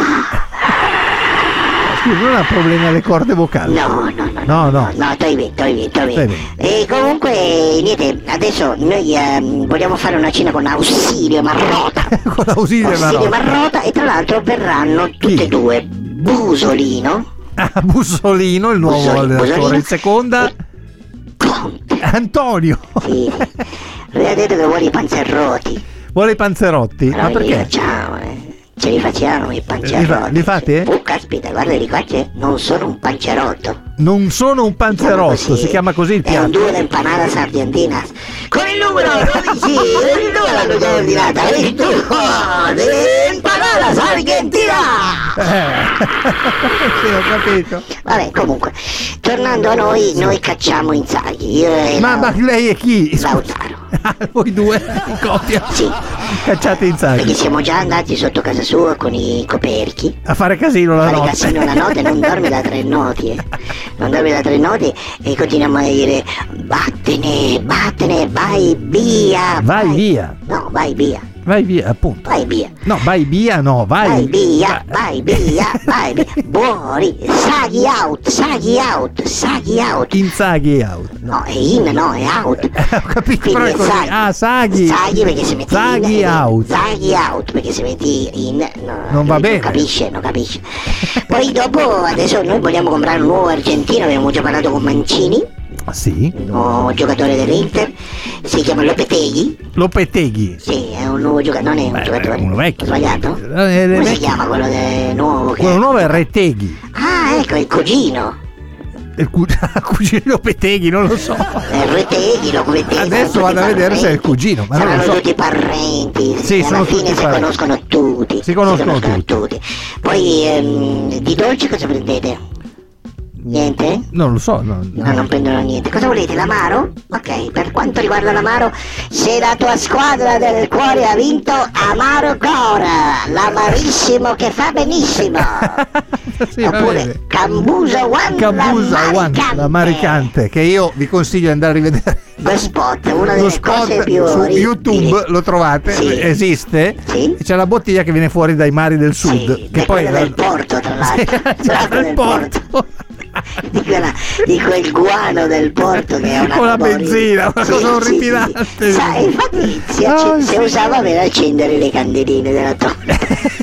Speaker 5: Scusi, non ha problemi alle corde vocali.
Speaker 15: No, no, no.
Speaker 5: No, no.
Speaker 15: No, stai bene, stai bene, stai
Speaker 5: Stai
Speaker 15: bene. E comunque, niente, adesso noi ehm, vogliamo fare una cena con Ausilio Marrota.
Speaker 5: Con l'ausilio
Speaker 15: Ausilio
Speaker 5: Marrota.
Speaker 15: Marrota e tra l'altro verranno tutte
Speaker 5: Chi?
Speaker 15: e due Busolino.
Speaker 5: Ah, Bussolino, il nuovo
Speaker 15: Bussolino,
Speaker 5: allenatore.
Speaker 15: Bussolino
Speaker 5: In seconda,
Speaker 15: e Conte.
Speaker 5: Antonio.
Speaker 15: Sì, sì. Lui ha detto che vuole i panzerotti.
Speaker 5: Vuole i panzerotti?
Speaker 15: Allora
Speaker 5: Ma
Speaker 15: li
Speaker 5: perché?
Speaker 15: facciamo, eh. Ce li facciamo i panzerotti.
Speaker 5: Li, fa, li fate?
Speaker 15: Oh, caspita, guarda, di qua c'è, non sono un panzerotto.
Speaker 5: Non sono un panzerotto, si chiama così il piatto.
Speaker 15: È un due empanadas argentinas. Con il numero dodici, il numero l'hanno ordinata, il due di empanadas argentina.
Speaker 5: Eh, sì, ho capito.
Speaker 15: Vabbè, comunque, tornando a noi, noi cacciamo Inzaghi. Io e
Speaker 5: ma,
Speaker 15: la...
Speaker 5: ma lei è chi?
Speaker 15: Lautaro.
Speaker 5: Voi due in coppia?
Speaker 15: Sì.
Speaker 5: Cacciate Inzaghi.
Speaker 15: Perché siamo già andati sotto casa sua con i coperchi.
Speaker 5: A fare casino la
Speaker 15: fare
Speaker 5: notte.
Speaker 15: Fare casino la notte, non dorme da tre noti, eh. Non dorme da tre noti e continuiamo a dire vattene, vattene, vai via.
Speaker 5: Vai, vai via.
Speaker 15: No, vai via.
Speaker 5: Vai via, appunto.
Speaker 15: Vai via.
Speaker 5: No, vai via, no, vai.
Speaker 15: Vai via, vai via, vai via. Buoni, Saghi out, Saghi out, Saghi out.
Speaker 5: Inzaghi out.
Speaker 15: No, è in, no, è out.
Speaker 5: Ho capito, però è così.
Speaker 15: Saghi.
Speaker 5: Ah, Saghi.
Speaker 15: Saghi perché se metti
Speaker 5: Saghi
Speaker 15: in.
Speaker 5: out.
Speaker 15: Saghi out, perché se metti in. No,
Speaker 5: non va
Speaker 15: non
Speaker 5: bene.
Speaker 15: Non capisce, non capisce. Poi dopo, adesso noi vogliamo comprare un nuovo argentino, abbiamo già parlato con Mancini.
Speaker 5: Ah, sì?
Speaker 15: Un nuovo giocatore dell'Inter, si chiama Lopeteghi.
Speaker 5: Lopeteghi?
Speaker 15: Sì, è un nuovo giocatore, non è un
Speaker 5: Beh,
Speaker 15: giocatore.
Speaker 5: Uno vecchio.
Speaker 15: Ho sbagliato?
Speaker 5: Eh,
Speaker 15: Come
Speaker 5: vecchio.
Speaker 15: si chiama quello del nuovo? Che...
Speaker 5: Quello nuovo è Reteghi.
Speaker 15: Ah, ecco, il cugino.
Speaker 5: Il cu- cugino Lopeteghi, non lo so.
Speaker 15: È Reteghi, Lopeteghi.
Speaker 5: Adesso vado a vedere se è il cugino, ma non
Speaker 15: saranno
Speaker 5: lo so.
Speaker 15: tutti parenti.
Speaker 5: Sì,
Speaker 15: alla
Speaker 5: sono
Speaker 15: fine
Speaker 5: tutti
Speaker 15: si
Speaker 5: parenti.
Speaker 15: conoscono tutti.
Speaker 5: Si conoscono,
Speaker 15: si conoscono
Speaker 5: tutti.
Speaker 15: tutti. Poi ehm, di dolce cosa prendete? Niente?
Speaker 5: Non lo so, no,
Speaker 15: No, non prendono niente. Cosa volete? L'amaro? Ok, per quanto riguarda l'amaro, se la tua squadra del cuore ha vinto, amaro Cora, l'amarissimo che fa benissimo.
Speaker 5: Sì,
Speaker 15: oppure Cambusa One,
Speaker 5: Cambusa
Speaker 15: la
Speaker 5: One, la maricante, che io vi consiglio di andare a rivedere.
Speaker 15: Lo spot, una
Speaker 5: Lo
Speaker 15: delle
Speaker 5: spot
Speaker 15: cose più
Speaker 5: su
Speaker 15: orribili.
Speaker 5: YouTube lo trovate,
Speaker 15: Sì.
Speaker 5: esiste,
Speaker 15: Sì.
Speaker 5: e c'è la bottiglia che viene fuori dai mari del sud,
Speaker 15: Sì,
Speaker 5: che
Speaker 15: è
Speaker 5: poi
Speaker 15: quella del porto, tra l'altro.
Speaker 5: Sì,
Speaker 15: L'acqua del porto. Di, quella, di quel guano del porto che è una
Speaker 5: con la
Speaker 15: roba
Speaker 5: benzina, una
Speaker 15: sì,
Speaker 5: cosa
Speaker 15: sì,
Speaker 5: orripilante.
Speaker 15: sì, sì. Sai, infatti si, acce-
Speaker 5: Oh,
Speaker 15: si
Speaker 5: sì.
Speaker 15: usava per accendere le candeline della torre.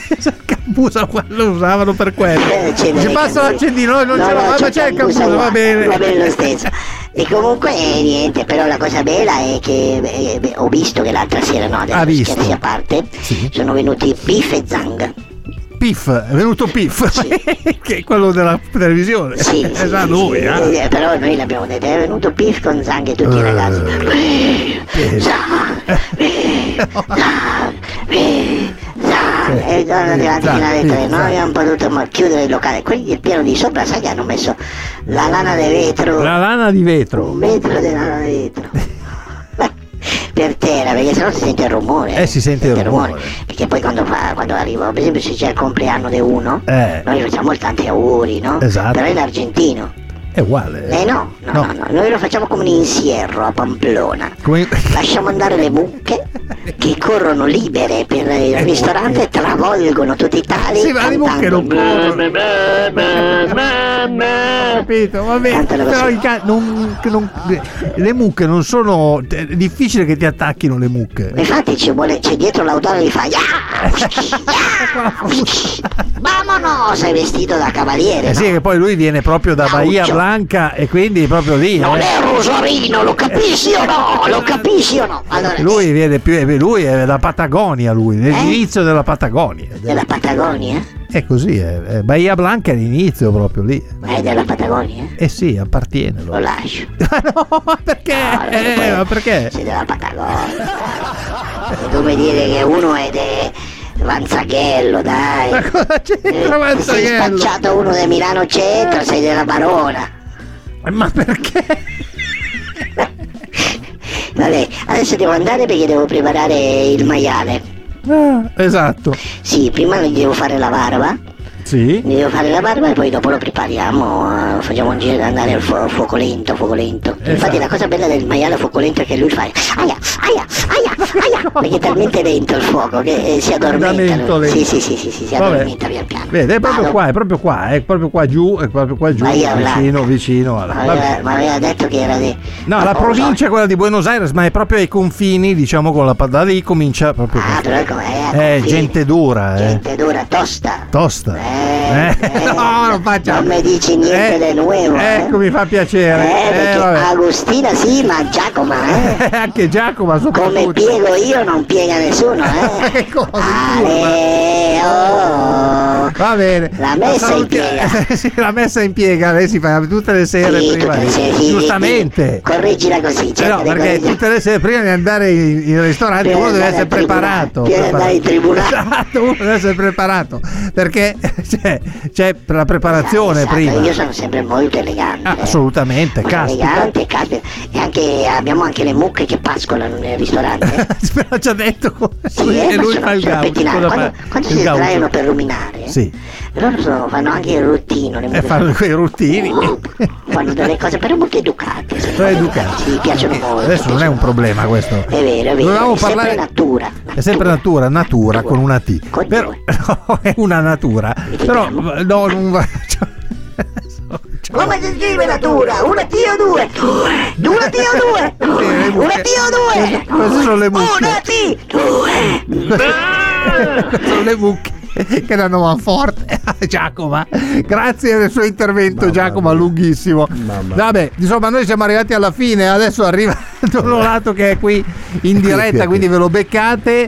Speaker 5: Cambusa lo usavano per quello.
Speaker 15: Accendere
Speaker 5: Si
Speaker 15: le
Speaker 5: passa
Speaker 15: candeline.
Speaker 5: l'accendino, noi non
Speaker 15: No,
Speaker 5: ce
Speaker 15: no,
Speaker 5: l'abbiamo, ma
Speaker 15: c'è
Speaker 5: c'è il
Speaker 15: Cambusa
Speaker 5: cambusa, va
Speaker 15: One,
Speaker 5: bene.
Speaker 15: va bene lo stesso. E comunque eh, niente, però la cosa bella è che eh, beh, ho visto che l'altra sera, no, adesso
Speaker 5: Ha visto.
Speaker 15: scherzi a parte,
Speaker 5: Sì.
Speaker 15: sono venuti Piff e Zang.
Speaker 5: Piff, è venuto Piff,
Speaker 15: Sì.
Speaker 5: che è quello della televisione.
Speaker 15: Sì,
Speaker 5: è
Speaker 15: sì,
Speaker 5: già
Speaker 15: sì,
Speaker 5: lui,
Speaker 15: sì,
Speaker 5: eh.
Speaker 15: eh, però noi l'abbiamo detto, è venuto Piff con Zang e tutti i ragazzi. Piff, Zang, Piff, Zang, Piff, Zang. E sono arrivati
Speaker 5: Zang,
Speaker 15: fino alle
Speaker 5: Piff,
Speaker 15: tre, noi
Speaker 5: Zang.
Speaker 15: abbiamo potuto mo- chiudere il locale. Quelli del piano di sopra, sai che hanno messo la lana di vetro,
Speaker 5: La lana di vetro.
Speaker 15: un metro di lana di vetro. Per terra, perché sennò si sente il rumore.
Speaker 5: Eh, si sente il rumore.
Speaker 15: Perché poi quando, fa, quando arrivo, per esempio se c'è il compleanno di uno,
Speaker 5: Eh.
Speaker 15: noi facciamo tanti auguri, no?
Speaker 5: Esatto.
Speaker 15: Però in argentino.
Speaker 5: È uguale.
Speaker 15: Eh no, no,
Speaker 5: No.
Speaker 15: no, no, noi lo facciamo come un insierro a Pamplona.
Speaker 5: Come-
Speaker 15: Lasciamo andare le mucche che corrono libere per il ristorante e travolgono tutti i tali.
Speaker 5: Sì, ma le mucche non corrono.
Speaker 15: corrono.
Speaker 5: Capito, va bene.
Speaker 15: Cantano
Speaker 5: Però
Speaker 15: così.
Speaker 5: i ca- non- non- le mucche non sono. È difficile che ti attacchino le mucche.
Speaker 15: Infatti ci vuole, c'è dietro l'autore che fa "Ya! Vamonos, sei vestito da cavaliere,
Speaker 5: Eh sì,
Speaker 15: no?
Speaker 5: che poi lui viene proprio da Bahia
Speaker 15: Gaucho.
Speaker 5: Blanca e quindi proprio lì.
Speaker 15: Non
Speaker 5: eh.
Speaker 15: è Rosarino, lo capisci o no? Lo capisci o no? Allora,
Speaker 5: Lui viene più. Lui è da Patagonia, lui, l'inizio della Patagonia.
Speaker 15: della Patagonia?
Speaker 5: È così, è, è Bahia Blanca è l'inizio proprio lì.
Speaker 15: Ma è della Patagonia?
Speaker 5: Eh sì, appartiene.
Speaker 15: Lo lascio.
Speaker 5: no, ma perché?
Speaker 15: No,
Speaker 5: Eh,
Speaker 15: poi
Speaker 5: ma perché?
Speaker 15: sei della Patagonia. È come dire che uno è de Vanzachello, dai.
Speaker 5: Ma cosa c'entra
Speaker 15: Eh, sei
Speaker 5: Vanzachello?
Speaker 15: spacciato uno di Milano Centro, sei della Barona.
Speaker 5: Ma perché?
Speaker 15: Vabbè, adesso devo andare perché devo preparare il maiale.
Speaker 5: Ah, esatto.
Speaker 15: Sì, prima gli devo fare la barba.
Speaker 5: Sì.
Speaker 15: Mi devo fare la barba e poi dopo lo prepariamo, eh, facciamo un giro da andare al fu- fuoco lento, fuoco lento.
Speaker 5: Esatto.
Speaker 15: Infatti la cosa bella del maiale a fuoco lento è che lui fa aia, aia, aia, aia, perché è talmente lento il fuoco che eh, si addormenta.
Speaker 5: Andamento
Speaker 15: lui.
Speaker 5: lento.
Speaker 15: Sì, sì, sì, sì, sì, si
Speaker 5: Vabbè.
Speaker 15: addormenta pian piano.
Speaker 5: Vede, è proprio
Speaker 15: Vado.
Speaker 5: qua, è proprio qua, è proprio qua giù, è proprio qua giù,
Speaker 15: Bahia Blanca.
Speaker 5: vicino, vicino alla.
Speaker 15: Ma aveva,
Speaker 5: vabbè.
Speaker 15: ma aveva detto che era di...
Speaker 5: No,
Speaker 15: ma
Speaker 5: la
Speaker 15: non lo
Speaker 5: provincia è quella di Buenos Aires, ma è proprio ai confini, diciamo, con la da lì comincia proprio.
Speaker 15: so. Ah, però è come è,
Speaker 5: Eh,
Speaker 15: confine.
Speaker 5: gente dura, eh.
Speaker 15: Gente dura, tosta.
Speaker 5: Tosta.
Speaker 15: Eh, niente.
Speaker 5: Eh, no, non faccia.
Speaker 15: Non mi dici niente
Speaker 5: Eh,
Speaker 15: di nuovo. eh.
Speaker 5: Ecco, mi fa piacere.
Speaker 15: Eh, perché
Speaker 5: Eh, vabbè.
Speaker 15: Agostina sì, ma Giacomo, eh.
Speaker 5: Anche Giacomo soprattutto.
Speaker 15: Come piego io non piega nessuno, eh.
Speaker 5: Che cosa?
Speaker 15: Ale, oh.
Speaker 5: Va bene.
Speaker 15: La messa in
Speaker 5: salutiamo-
Speaker 15: piega.
Speaker 5: Sì, la messa in piega, lei si fa tutte le sere
Speaker 15: Sì,
Speaker 5: prima.
Speaker 15: tutte le sere, sì,
Speaker 5: Giustamente.
Speaker 15: sì, correggila così,
Speaker 5: Eh
Speaker 15: cerca
Speaker 5: no,
Speaker 15: di
Speaker 5: perché
Speaker 15: correggere.
Speaker 5: tutte le sere prima di andare in, in ristorante
Speaker 15: Prima
Speaker 5: uno
Speaker 15: di
Speaker 5: deve
Speaker 15: andare
Speaker 5: essere
Speaker 15: al tribunale,
Speaker 5: preparato.
Speaker 15: prima di andare in tribunale.
Speaker 5: Esatto, uno deve essere preparato perché c'è, c'è la preparazione
Speaker 15: Esatto,
Speaker 5: prima.
Speaker 15: io sono sempre molto elegante.
Speaker 5: Ah, assolutamente,
Speaker 15: Molto
Speaker 5: caspita.
Speaker 15: elegante, caspita. E anche abbiamo anche le mucche che pascolano nel ristorante.
Speaker 5: Me l'ha già detto
Speaker 15: Sì, eh,
Speaker 5: e
Speaker 15: ma
Speaker 5: lui
Speaker 15: sono-
Speaker 5: fa il
Speaker 15: sono
Speaker 5: gaucho.
Speaker 15: pettinati.
Speaker 5: cosa
Speaker 15: Quando,
Speaker 5: fa?
Speaker 15: quando
Speaker 5: Il
Speaker 15: si
Speaker 5: gaucho.
Speaker 15: distraiono per ruminare,
Speaker 5: Sì.
Speaker 15: loro sono- fanno anche il ruttino. Le
Speaker 5: E
Speaker 15: mucche.
Speaker 5: fanno quei ruttini.
Speaker 15: Fanno delle cose però molto educate. sì.
Speaker 5: Sono educati.
Speaker 15: Ci piacciono molto.
Speaker 5: Adesso non è un problema questo.
Speaker 15: È vero, è vero.
Speaker 5: Dovevamo
Speaker 15: è sempre
Speaker 5: parlare-
Speaker 15: natura.
Speaker 5: È sempre natura, natura con una T. Però no, è una natura. Però no, non va.
Speaker 15: Come si scrive natura? Una T o due? Due T o due? Una T o due?
Speaker 5: Queste sono le mucche.
Speaker 15: Una T, due.
Speaker 5: Sono le mucche che danno manforte. Giacomo, grazie del suo intervento. Giacomo, lunghissimo. Vabbè, insomma, noi siamo arrivati alla fine. Adesso arriva Donolato che è qui in diretta,
Speaker 6: qui.
Speaker 5: quindi ve lo beccate.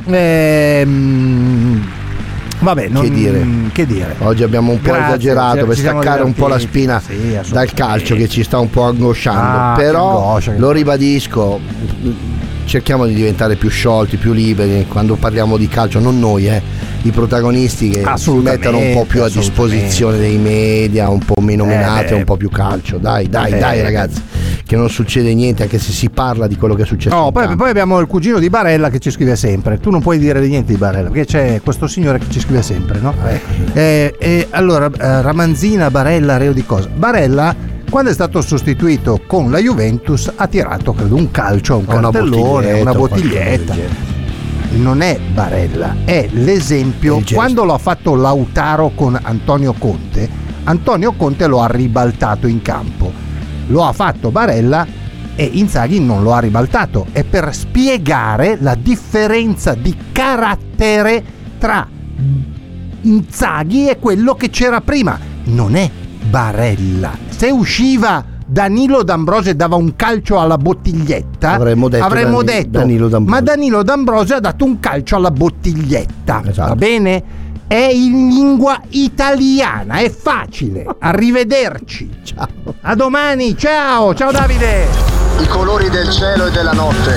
Speaker 5: Ehm, vabbè, non,
Speaker 6: Che dire?
Speaker 5: che dire.
Speaker 6: Oggi abbiamo un po'
Speaker 5: Grazie,
Speaker 6: esagerato
Speaker 5: ci-
Speaker 6: per
Speaker 5: ci siamo
Speaker 6: staccare un po' la
Speaker 5: divertiti.
Speaker 6: spina
Speaker 5: Sì, assolutamente.
Speaker 6: dal calcio che ci sta un po' angosciando.
Speaker 5: Ah, che
Speaker 6: Però
Speaker 5: angoscia, che-
Speaker 6: lo ribadisco, cerchiamo di diventare più sciolti, più liberi quando parliamo di calcio, non noi, eh, i protagonisti che si
Speaker 5: Assolutamente,
Speaker 6: mettano un po' più a
Speaker 5: assolutamente.
Speaker 6: disposizione dei media, un po' meno
Speaker 5: Eh,
Speaker 6: menate,
Speaker 5: beh.
Speaker 6: un po' più calcio. Dai, dai,
Speaker 5: Eh,
Speaker 6: dai ragazzi, che non succede niente anche se si parla di quello che è successo.
Speaker 5: No,
Speaker 6: in
Speaker 5: poi,
Speaker 6: campo.
Speaker 5: poi abbiamo il cugino di Barella che ci scrive sempre. Tu non puoi dire niente di Barella perché c'è questo signore che ci scrive sempre, no? Eh, eh, allora, eh, Ramanzina, Barella, reo di cosa? Barella, quando è stato sostituito con la Juventus, ha tirato credo un calcio a un
Speaker 6: A una
Speaker 5: cartellone, una
Speaker 6: bottiglietta,
Speaker 5: bottiglietta.
Speaker 6: qualcosa del
Speaker 5: Non è Barella, è l'esempio.
Speaker 6: Il gesto.
Speaker 5: Quando l'ha fatto Lautaro con Antonio Conte, Antonio Conte lo ha ribaltato in campo. Lo ha fatto Barella e Inzaghi non lo ha ribaltato. È per spiegare la differenza di carattere tra Inzaghi e quello che c'era prima. Non è Barella. Se usciva Danilo D'Ambrosio e dava un calcio alla bottiglietta,
Speaker 6: Avremmo detto
Speaker 5: avremmo
Speaker 6: Dani-
Speaker 5: detto
Speaker 6: Danilo D'Ambrosio.
Speaker 5: ma Danilo D'Ambrosio ha dato un calcio alla bottiglietta.
Speaker 6: Esatto.
Speaker 5: Va bene? È in lingua italiana, è facile. Arrivederci.
Speaker 6: Ciao.
Speaker 5: A domani, ciao, ciao Davide.
Speaker 2: I colori del cielo e della notte.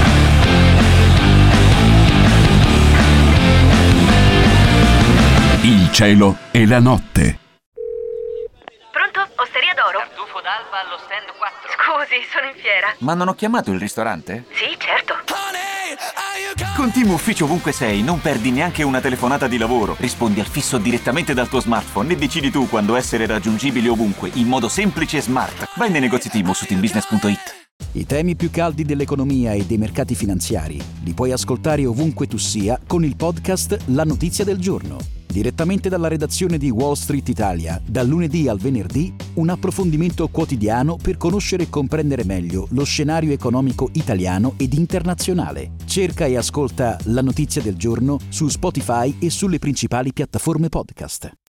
Speaker 4: Il cielo e la notte.
Speaker 11: Pronto? Osteria d'oro? Tartufo d'alba allo stand quattro. Scusi, sono in fiera.
Speaker 8: Ma non ho chiamato il ristorante?
Speaker 11: Sì, certo.
Speaker 8: Con Team Ufficio ovunque sei, non perdi neanche una telefonata di lavoro. Rispondi al fisso direttamente dal tuo smartphone e decidi tu quando essere raggiungibile ovunque, in modo semplice e smart. Vai nei negozi Team o su team business punto it.
Speaker 12: I temi più caldi dell'economia e dei mercati finanziari li puoi ascoltare ovunque tu sia con il podcast La Notizia del Giorno. Direttamente dalla redazione di Wall Street Italia, dal lunedì al venerdì, un approfondimento quotidiano per conoscere e comprendere meglio lo scenario economico italiano ed internazionale. Cerca e ascolta La Notizia del Giorno su Spotify e sulle principali piattaforme podcast.